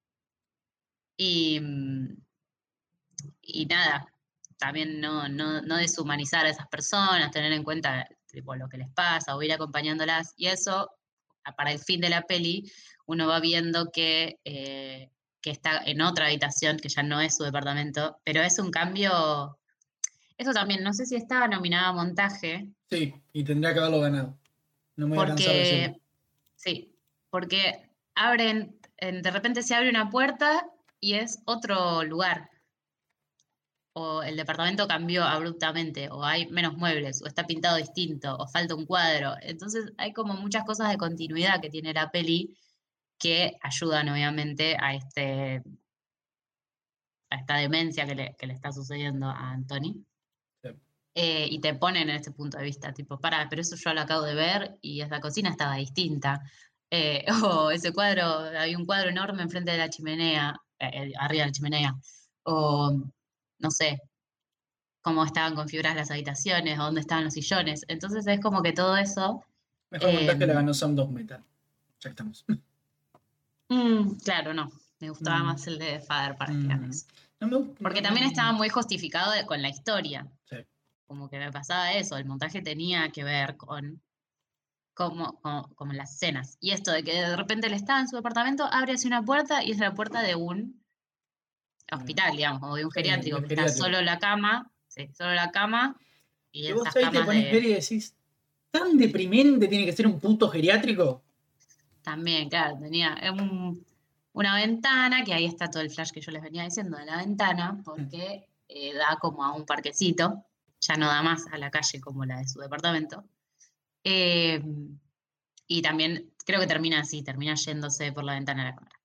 y, mm, y nada, también no, no, no deshumanizar a esas personas, tener en cuenta tipo, lo que les pasa o ir acompañándolas. Y eso, a- para el fin de la peli, uno va viendo que, eh, que está en otra habitación, que ya no es su departamento, pero es un cambio, eso también, no sé si estaba nominada a montaje, Sí, y tendría que haberlo ganado. No me voy a cansar de decirlo. porque, sí, porque abren, en- de repente se abre una puerta y es otro lugar. O el departamento cambió abruptamente, o hay menos muebles, o está pintado distinto, o falta un cuadro. Entonces hay como muchas cosas de continuidad que tiene la peli que ayudan obviamente a, este, a esta demencia que le, que le está sucediendo a Anthony. Sí. Eh, y te ponen en este punto de vista, tipo, para, pero eso yo lo acabo de ver y esa cocina estaba distinta. Eh, o ese cuadro, hay un cuadro enorme enfrente de la chimenea, eh, arriba de la chimenea. O, no sé, cómo estaban configuradas las habitaciones, o dónde estaban los sillones. Entonces es como que todo eso... Mejor eh, montaje la ganó Sound of Metal. Ya estamos. mm, claro, no. Me gustaba Mm, más el de Father para que mm. eso. No me gu- Porque no también estaba me- muy justificado de- con la historia. Sí. Como que me pasaba eso, el montaje tenía que ver con como, como, como las escenas. Y esto de que de repente él está en su departamento, abre así una puerta y es la puerta de un hospital, digamos, o de un Sí, geriátrico, de que está geriátrico. solo la cama, sí, solo la cama y Y vos esas ahí te camas pones a ver de... y decís, ¿tan deprimente tiene que ser un puto geriátrico? También, claro, tenía un- una ventana, que ahí está todo el flash que yo les venía diciendo de la ventana, porque eh, da como a un parquecito, ya no da más a la calle como la de su departamento. Eh, y también creo que termina así, termina yéndose por la ventana de la cámara.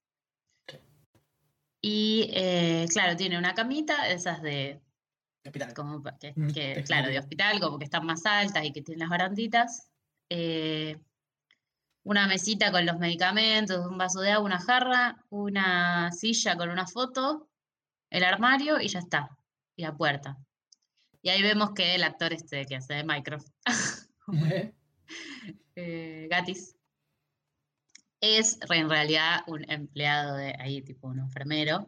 Y eh, claro, tiene una camita, esas de, Hospital. como pa- que, Mm, que, de claro, de geriátrico. hospital, como que están más altas y que tienen las baranditas. Eh, una mesita con los medicamentos, un vaso de agua, una jarra, una silla con una foto, el armario y ya está. Y la puerta. Y ahí vemos que el actor este que hace de Mycroft, eh, Gatis, es en realidad un empleado de ahí, tipo un enfermero.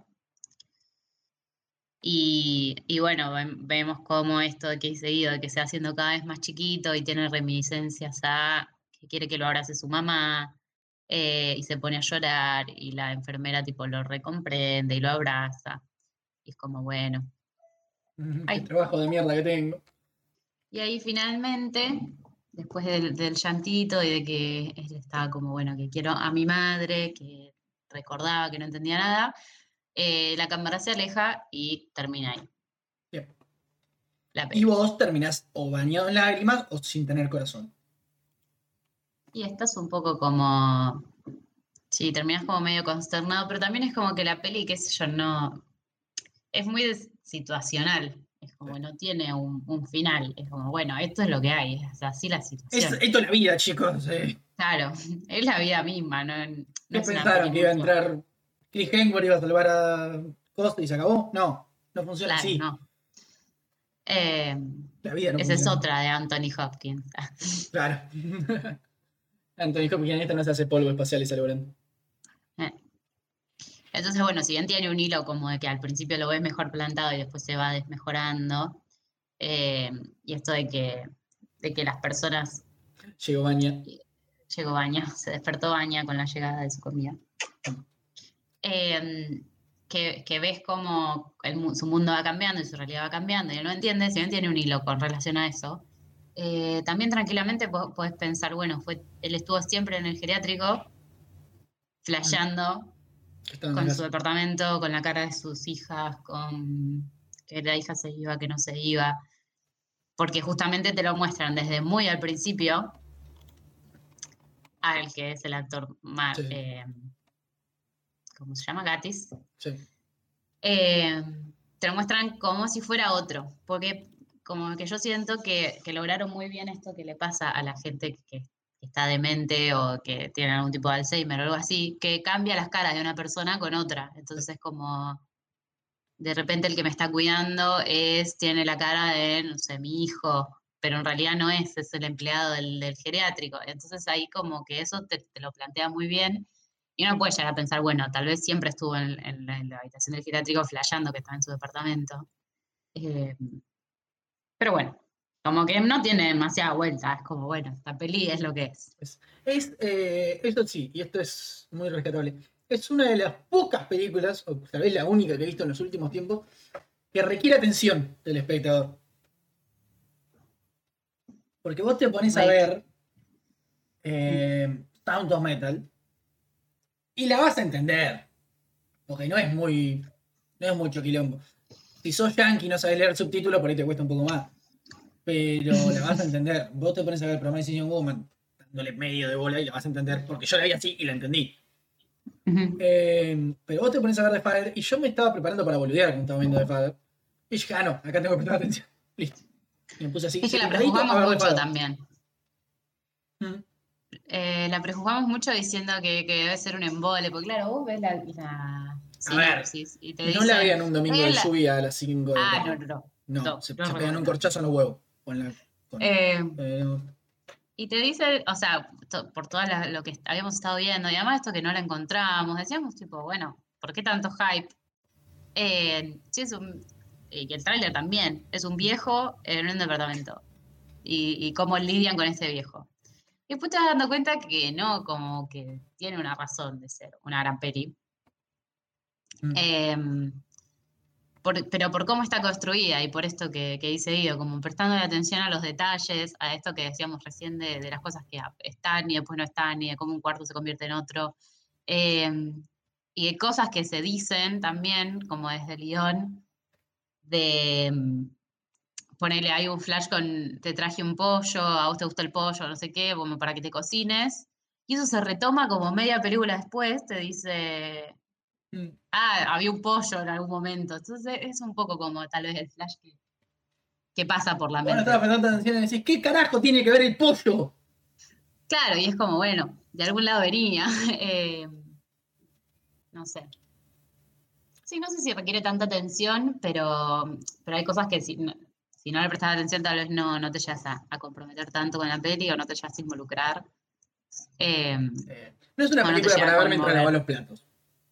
Y, y bueno, ven- vemos cómo esto de que hay seguido, de que se va haciendo cada vez más chiquito y tiene reminiscencias a que quiere que lo abrace su mamá, eh, y se pone a llorar y la enfermera tipo lo recomprende y lo abraza. Y es como, bueno. Mm, qué Ay. trabajo de mierda que tengo. Y ahí finalmente, después del, del llantito y de que él estaba como, bueno, que quiero a mi madre, que recordaba que no entendía nada, eh, la cámara se aleja y termina ahí Bien. la Y peli. vos terminás o bañado en lágrimas o sin tener corazón. Y estás un poco como, sí, terminas como medio consternado, pero también es como que la peli, qué sé yo, no, es muy des- situacional, es como no tiene un, un final, es como, bueno, esto es lo que hay, es así la Es, situación. esto es la vida, chicos. eh. Claro, es la vida misma, no, no ¿Qué es una pensaron? peli ¿Que muy iba a fuerte. entrar Chris Hemsworth, iba a salvar a Costa y se acabó? No, no funciona Claro, así. no. Eh, La vida no esa es funciona así. otra de Anthony Hopkins. Claro. Anthony Hopkins en esta no se hace polvo espacial y sale volando. Eh, Entonces, bueno, si bien tiene un hilo como de que al principio lo ves mejor plantado y después se va desmejorando, eh, y esto de que, de que las personas, Llegó Baña. llegó Baña, se despertó Baña con la llegada de su comida, eh, que, que ves cómo el mu- su mundo va cambiando y su realidad va cambiando y él no entiende, si bien tiene un hilo con relación a eso, eh, también tranquilamente po- podés pensar, bueno, fue, él estuvo siempre en el geriátrico, flasheando Que estaba en la con su casa. departamento, con la cara de sus hijas, con que la hija se iba, que no se iba, porque justamente te lo muestran desde muy al principio al que es el actor, Ma- Sí, eh, ¿cómo se llama? Gatis. sí. Eh, te lo muestran como si fuera otro, porque como que yo siento que, que lograron muy bien esto que le pasa a la gente que, que está demente o que tiene algún tipo de Alzheimer o algo así, que cambia las caras de una persona con otra. Entonces como de repente el que me está cuidando es, tiene la cara de, no sé, mi hijo, pero en realidad no es, es el empleado del, del geriátrico. Entonces ahí como que eso te, te lo plantea muy bien y uno puede llegar a pensar, bueno, tal vez siempre estuvo en, en la, en la habitación del geriátrico flasheando que estaba en su departamento. Eh, pero bueno, como que no tiene demasiada vuelta, es como, bueno, esta peli es lo que es. Es, es, eh, eso sí, y esto es muy rescatable. Es una de las pocas películas, o tal vez la única que he visto en los últimos tiempos, que requiere atención del espectador. Porque vos te pones a Right. ver eh, Sound of Metal y la vas a entender. Porque no es muy. No es mucho quilombo. Si sos yankee y no sabes leer subtítulos, por ahí te cuesta un poco más. Pero la vas a entender. Vos te pones a ver Promising Young Woman dándole medio de bola y la vas a entender. Porque yo la vi así y la entendí. Ujú. Eh, pero vos te pones a ver The Father y yo me estaba preparando para boludear cuando estaba viendo The Father. Y dije, ah, no, acá tengo que prestar atención. Listo. Y me puse así. Es que la sentadito, prejuzgamos a ver mucho Respawn. también. Mm. Eh, la prejuzgamos mucho diciendo que, que debe ser un embole, porque claro, vos ves la, la sinopsis y te No dicen... la vean un domingo de "Eh, la-". lluvia a las cinco de la Ah, tarde. no, no, no. No, No, se, no se pegan un recomendable. corchazo en los huevos. Con la, con- Eh, eh, no. y te dice, o sea, to- por todo lo que est- habíamos estado viendo, y además esto que no la encontramos, decíamos tipo, bueno, ¿por qué tanto hype? Eh, sí, es un... Y el tráiler también, es un viejo en un departamento. Y, y cómo lidian con ese viejo. Y después te vas dando cuenta que no, como que tiene una razón de ser una gran peli. Mm. Em, por- pero por cómo está construida y por esto que, que dice Guido, como prestando atención a los detalles, a esto que decíamos recién de, de las cosas que están y después no están, y de cómo un cuarto se convierte en otro. Em, y de cosas que se dicen también, como desde el guión, de em, ponele, hay un flash con te traje un pollo, a vos te gusta el pollo, no sé qué, como para que te cocines. Y eso se retoma como media película después, te dice, Mm. ah, había un pollo en algún momento. Entonces es un poco como tal vez el flash que, que pasa por la Ahora mente. estaba prestando atención y decís, ¿qué carajo tiene que ver el pollo? Claro, y es como, bueno, de algún lado venía. eh, no sé. Sí, no sé si requiere tanta atención, pero, pero hay cosas que si no, si no le prestas atención tal vez no, no te llegas a, a comprometer tanto con la peli o no te llegas a involucrar. Eh, Eh, no es una o no te película llega para a ver mientras lavas conmover. los platos.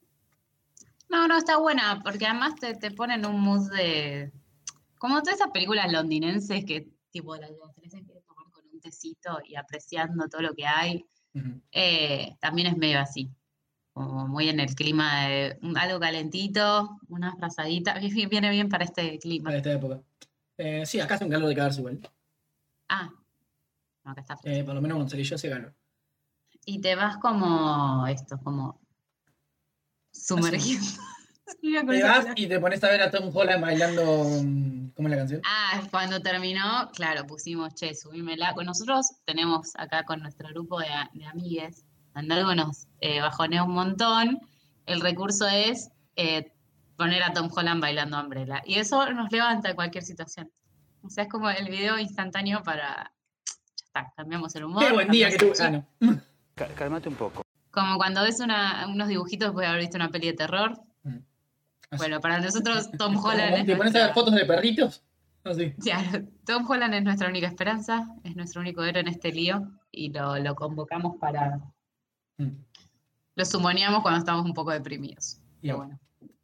No, no, está buena, porque además te, te pone en un mood de... Como todas esas películas londinenses que tipo las tenés que tomar con un tecito y apreciando todo lo que hay. Ujú. Eh, también es medio así, como muy en el clima de un- algo calentito, unas frazaditas, viene bien para este clima. Para esta época. Eh, sí, acá hace un calor de cagarse igual. Ah, no, acá está fresco. Eh, por lo menos cuando salí yo hace calor. Y te vas como esto, como sumergiendo. Iba con Te esa vas palabra. y te pones a ver a Tom Holland bailando. mm, ¿Cómo es la canción? Ah, cuando terminó, claro, pusimos, che, subímela. Pues nosotros tenemos acá con nuestro grupo de, a- de amigues, cuando algo nos eh, bajonea un montón, el recurso es eh, poner a Tom Holland bailando Umbrella. Y eso nos levanta en cualquier situación. O sea, es como el video instantáneo para, ya está, cambiamos el humor. Qué buen día que cambiamos tuve. el Ah, chip. no. Cá- Cálmate un poco. Como cuando ves una- unos dibujitos después de haber visto una peli de terror. Mm. Así. Bueno, para nosotros Tom Como Holland es te pones a ver nuestra... fotos de perritos. Así. Claro, Tom Holland es nuestra única esperanza, es nuestro único héroe en este lío y lo, lo convocamos para... Mm. Lo sumoneamos cuando estamos un poco deprimidos. Pero Bien. bueno.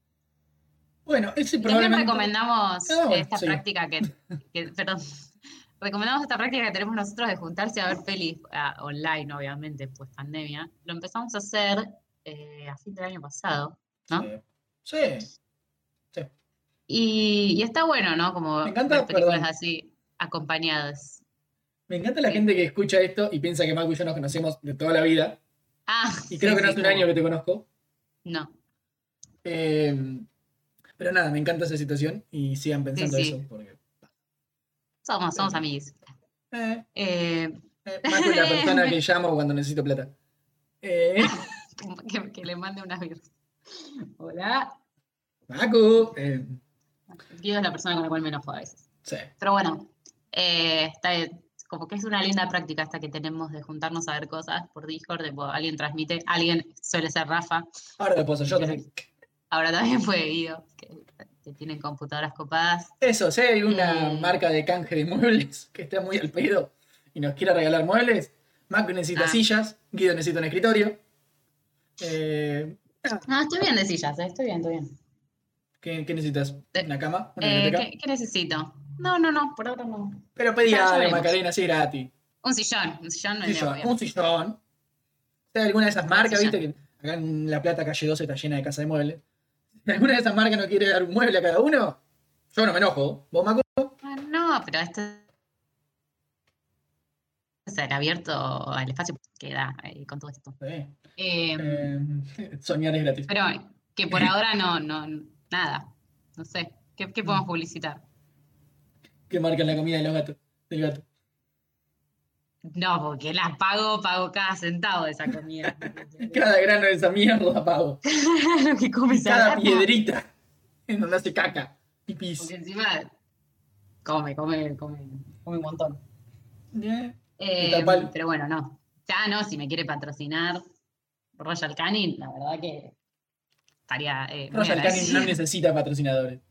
Bueno, ese Y también probablemente. recomendamos Ah, bueno, esta sí. práctica que, que- perdón, recomendamos esta práctica que tenemos nosotros de juntarse a ver pelis ah, online, obviamente, pues pandemia. Lo empezamos a hacer eh, a fin del año pasado, ¿no? Sí. Sí. Sí. Y, y está bueno, ¿no? Como Me encanta, ver películas perdón. así acompañadas. Me encanta la Sí. gente que escucha esto y piensa que Marco y yo nos conocemos de toda la vida. Ah, Y creo sí, que no sí, hace un como- año que te conozco. No. Eh, pero nada, me encanta esa situación y sigan pensando sí. eso. Porque, Somos, somos amigos. eh, Eh, eh, Marco es la persona que llamo cuando necesito plata. Eh, que, que le mande unas birras. Hola. Marco. Eh, Guido es la persona con la cual me enojo a veces. sí. Pero bueno, eh, está, como que es una linda práctica esta que tenemos de juntarnos a ver cosas por Discord, de, bueno, alguien transmite, alguien suele ser Rafa, Ahora lo puedo hacer yo también. ahora también fue Guido, que, que tienen computadoras copadas. Eso, si hay una Eh. marca de canje de muebles que está muy al pedo y nos quiere regalar muebles, Marco necesita Ah. sillas, Guido necesita un escritorio. Eh, No, estoy bien de sillas, eh, estoy bien, estoy bien. ¿qué, qué necesitas? Eh, ¿Una cama? ¿Una Eh, biblioteca? ¿qué, qué necesito? No, no, no, por ahora no. Pero pedí Ya, ya algo, veremos. Macarena, así gratis. Un sillón, un sillón no Un es sillón, un sillón. O sea, alguna de esas marcas, sillón. viste, que acá en La Plata, calle doce, está llena de casa de muebles. Si alguna de esas marcas no quiere dar un mueble a cada uno, yo no me enojo. ¿Vos, Maco? Ah, no, pero este es el abierto al espacio que da eh, con todo esto. Sí. Eh, Eh, soñar es gratis. pero que por ahora no, no, nada. No sé. ¿Qué, qué podemos publicitar? ¿Qué marca la comida de los gatos? Del gato. No, porque la pago, pago cada centavo de esa comida. Cada grano de esa mierda, pago. Lo que come esa Cada gata. piedrita en donde hace caca y pis. Porque encima come, come, come, come un montón. Yeah. Eh, pero bueno, no. Ya no, si me quiere patrocinar Royal Canin, la verdad que estaría eh, muy Royal Canin no necesita patrocinadores.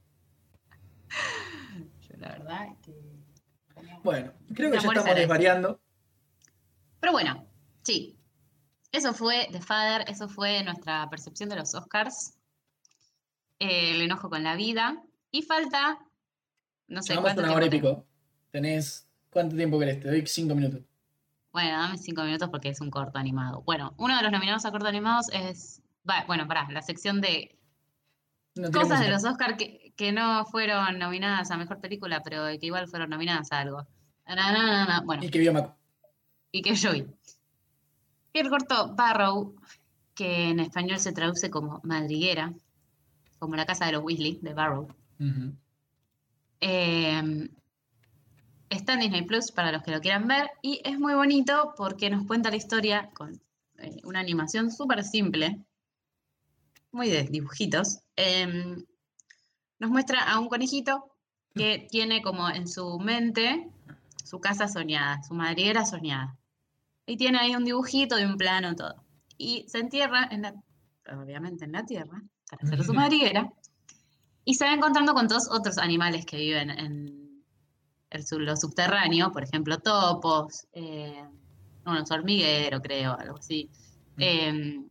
Yo la verdad que... Bueno, creo que ya estamos desvariando. Pero bueno, sí. Eso fue The Father, eso fue nuestra percepción de los Oscars. Eh, el enojo con la vida. Y falta, no sé, Llevamos ¿cuánto una hora tiempo y pico. Tenés, ¿cuánto tiempo querés? Te doy cinco minutos. Bueno, dame cinco minutos porque es un corto animado. Bueno, uno de los nominados a corto animados es... Bueno, pará, la sección de no cosas de los Oscars que, que no fueron nominadas a Mejor Película, pero que igual fueron nominadas a algo. Na, na, na, na. Bueno, y que vio Macu. Y que yo vi. El corto Barrow, que en español se traduce como madriguera, como la casa de los Weasley, de Barrow. Uh-huh. Eh, está en Disney Plus para los que lo quieran ver y es muy bonito porque nos cuenta la historia con eh, una animación súper simple, muy de dibujitos. Eh, nos muestra a un conejito que tiene como en su mente su casa soñada, su madriguera soñada. Y tiene ahí un dibujito y un plano, todo. Y se entierra, en la, obviamente en la tierra, para hacer su madriguera. Y se va encontrando con todos otros animales que viven en el, lo subterráneo, por ejemplo, topos, eh, unos hormigueros, creo, algo así. Eh,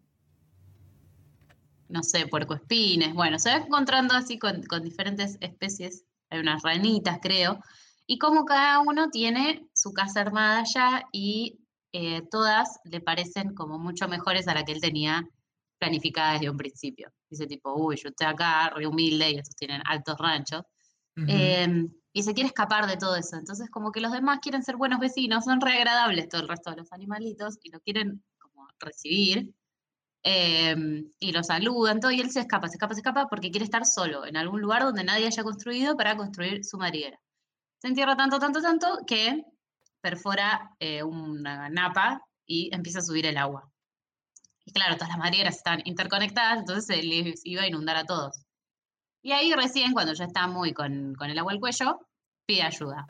no sé, puercoespines. Bueno, se va encontrando así con, con diferentes especies. Hay unas ranitas, creo. Y como cada uno tiene su casa armada ya y eh, todas le parecen como mucho mejores a la que él tenía planificada desde un principio. Dice tipo, uy, yo estoy acá, re humilde, y estos tienen altos ranchos. Uh-huh. eh, y se quiere escapar de todo eso. Entonces como que los demás quieren ser buenos vecinos, son re agradables todo el resto de los animalitos y lo quieren como recibir. Eh, y lo saludan, todo, y él se escapa, se escapa, se escapa porque quiere estar solo en algún lugar donde nadie haya construido para construir su madriguera. Se entierra tanto, tanto, tanto que perfora eh, una napa y empieza a subir el agua. Y claro, todas las madrigueras están interconectadas, entonces se les iba a inundar a todos. Y ahí recién, cuando ya está muy con, con el agua al cuello, pide ayuda.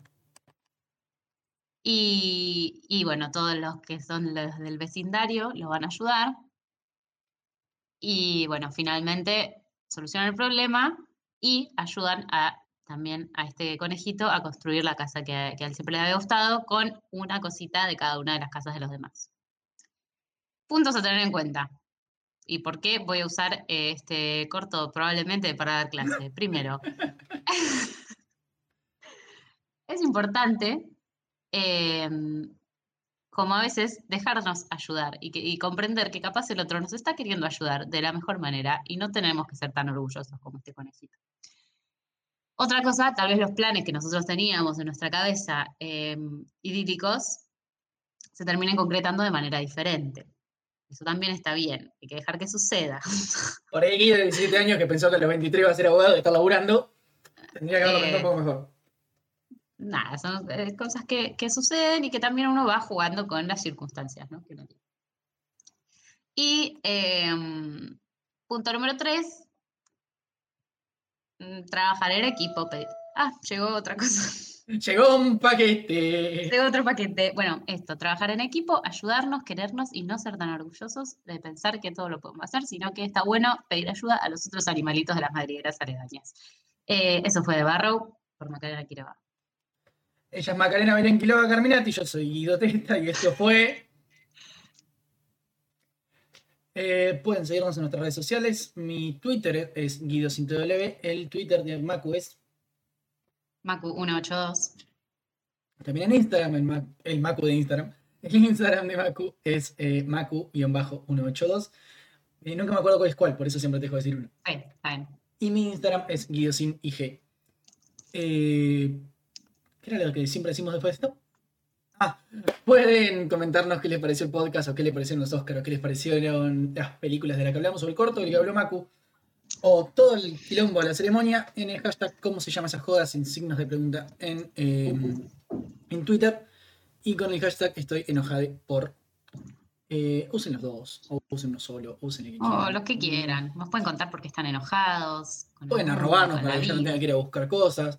Y, y bueno, todos los que son los del vecindario lo van a ayudar. Y bueno, finalmente solucionan el problema y ayudan a, también a este conejito a construir la casa que, que a él siempre le había gustado con una cosita de cada una de las casas de los demás. Puntos a tener en cuenta. ¿Y por qué voy a usar este corto probablemente para dar clase? Primero, es importante eh, como a veces dejarnos ayudar y, que, y comprender que capaz el otro nos está queriendo ayudar de la mejor manera y no tenemos que ser tan orgullosos como este conejito. Otra cosa, tal vez los planes que nosotros teníamos en nuestra cabeza eh, idílicos se terminen concretando de manera diferente. Eso también está bien, hay que dejar que suceda. Por ahí Guido de diecisiete años que pensó que a los veintitrés iba a ser abogado y estar laburando, tendría que haberlo eh, pensado un poco mejor. Nada, son eh, cosas que, que suceden y que también uno va jugando con las circunstancias, ¿no? Y eh, punto número tres, trabajar en equipo. Ah, llegó otra cosa. Llegó un paquete. Llegó otro paquete. Bueno, esto, trabajar en equipo, ayudarnos, querernos y no ser tan orgullosos de pensar que todo lo podemos hacer, sino que está bueno pedir ayuda a los otros animalitos de las madrigueras aledañas. Eh, eso fue de Barrow, por Macarena Quiroga. Ella es Macarena Belén Quiroga Carminati, yo soy Guido Testa y esto fue... Eh, pueden seguirnos en nuestras redes sociales. Mi Twitter es Guido cinco W, el Twitter de Macu es... Macu ciento ochenta y dos. También en Instagram, el, Mac, el Macu de Instagram. El Instagram de Macu es eh, Macu ciento ochenta y dos. Eh, nunca me acuerdo cuál es cuál, por eso siempre te dejo decir uno. Sí, está bien. Y mi Instagram es Guidocin I G. Eh, ¿Qué era lo que siempre decimos después de esto? Ah, pueden comentarnos qué les pareció el podcast o qué les parecieron los Oscars o qué les parecieron las películas de las que hablamos o el corto del que habló Macu o todo el quilombo de la ceremonia en el hashtag cómo se llama esas jodas sin signos de pregunta en, eh, en Twitter y con el hashtag estoy enojado por eh, usen los dos o usen uno solo, usen el que oh, quieran. Los que quieran, nos pueden contar por qué están enojados. Pueden arrobarnos para que yo no tenga que ir a buscar cosas.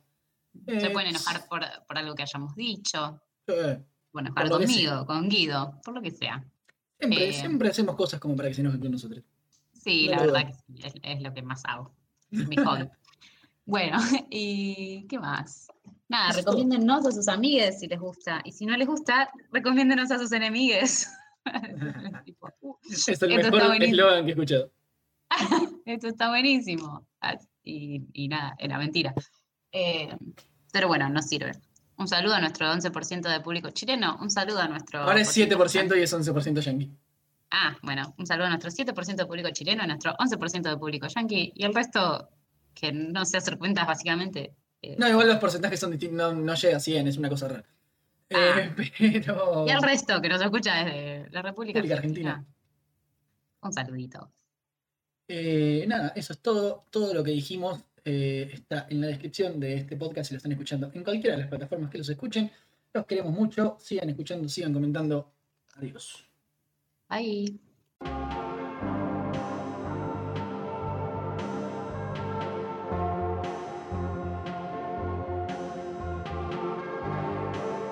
Se Eh, pueden enojar por, por algo que hayamos dicho. eh, Bueno, Por enojar lo que conmigo, con Guido, por lo que sea. siempre, Eh, siempre hacemos cosas como para que se enojen con nosotros. sí, No la lo verdad dudo. que sí, es, es lo que más hago. Es mi hobby. Bueno, ¿y qué más? Nada, Eso es todo. recomiéndennos a sus amigues si les gusta. Y si no les gusta, recomiéndenos a sus enemigues. Tipo, uh, Es el esto está mejor buenísimo. eslogan que he escuchado. Esto está buenísimo. Ah, Y, y nada, era mentira. Eh, pero bueno, no sirve. Un saludo a nuestro once por ciento de público chileno. Un saludo a nuestro Ahora es siete por porcentaje. ciento y es once por ciento yankee. Ah, bueno, un saludo a nuestro siete por ciento de público chileno, a nuestro once por ciento de público yanqui y el resto que no sé hacer cuentas básicamente. eh, No, igual los porcentajes son distintos, no, no llega a cien, es una cosa rara. Ah. Eh, pero. Y al resto que nos escucha desde la República República Argentina, Argentina. un saludito. Eh, nada, eso es todo. Todo lo que dijimos eh, está en la descripción de este podcast si lo están escuchando en cualquiera de las plataformas que los escuchen. Los queremos mucho. Sigan escuchando, sigan comentando. Adiós. Bye.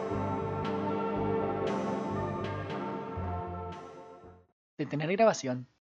Detener grabación.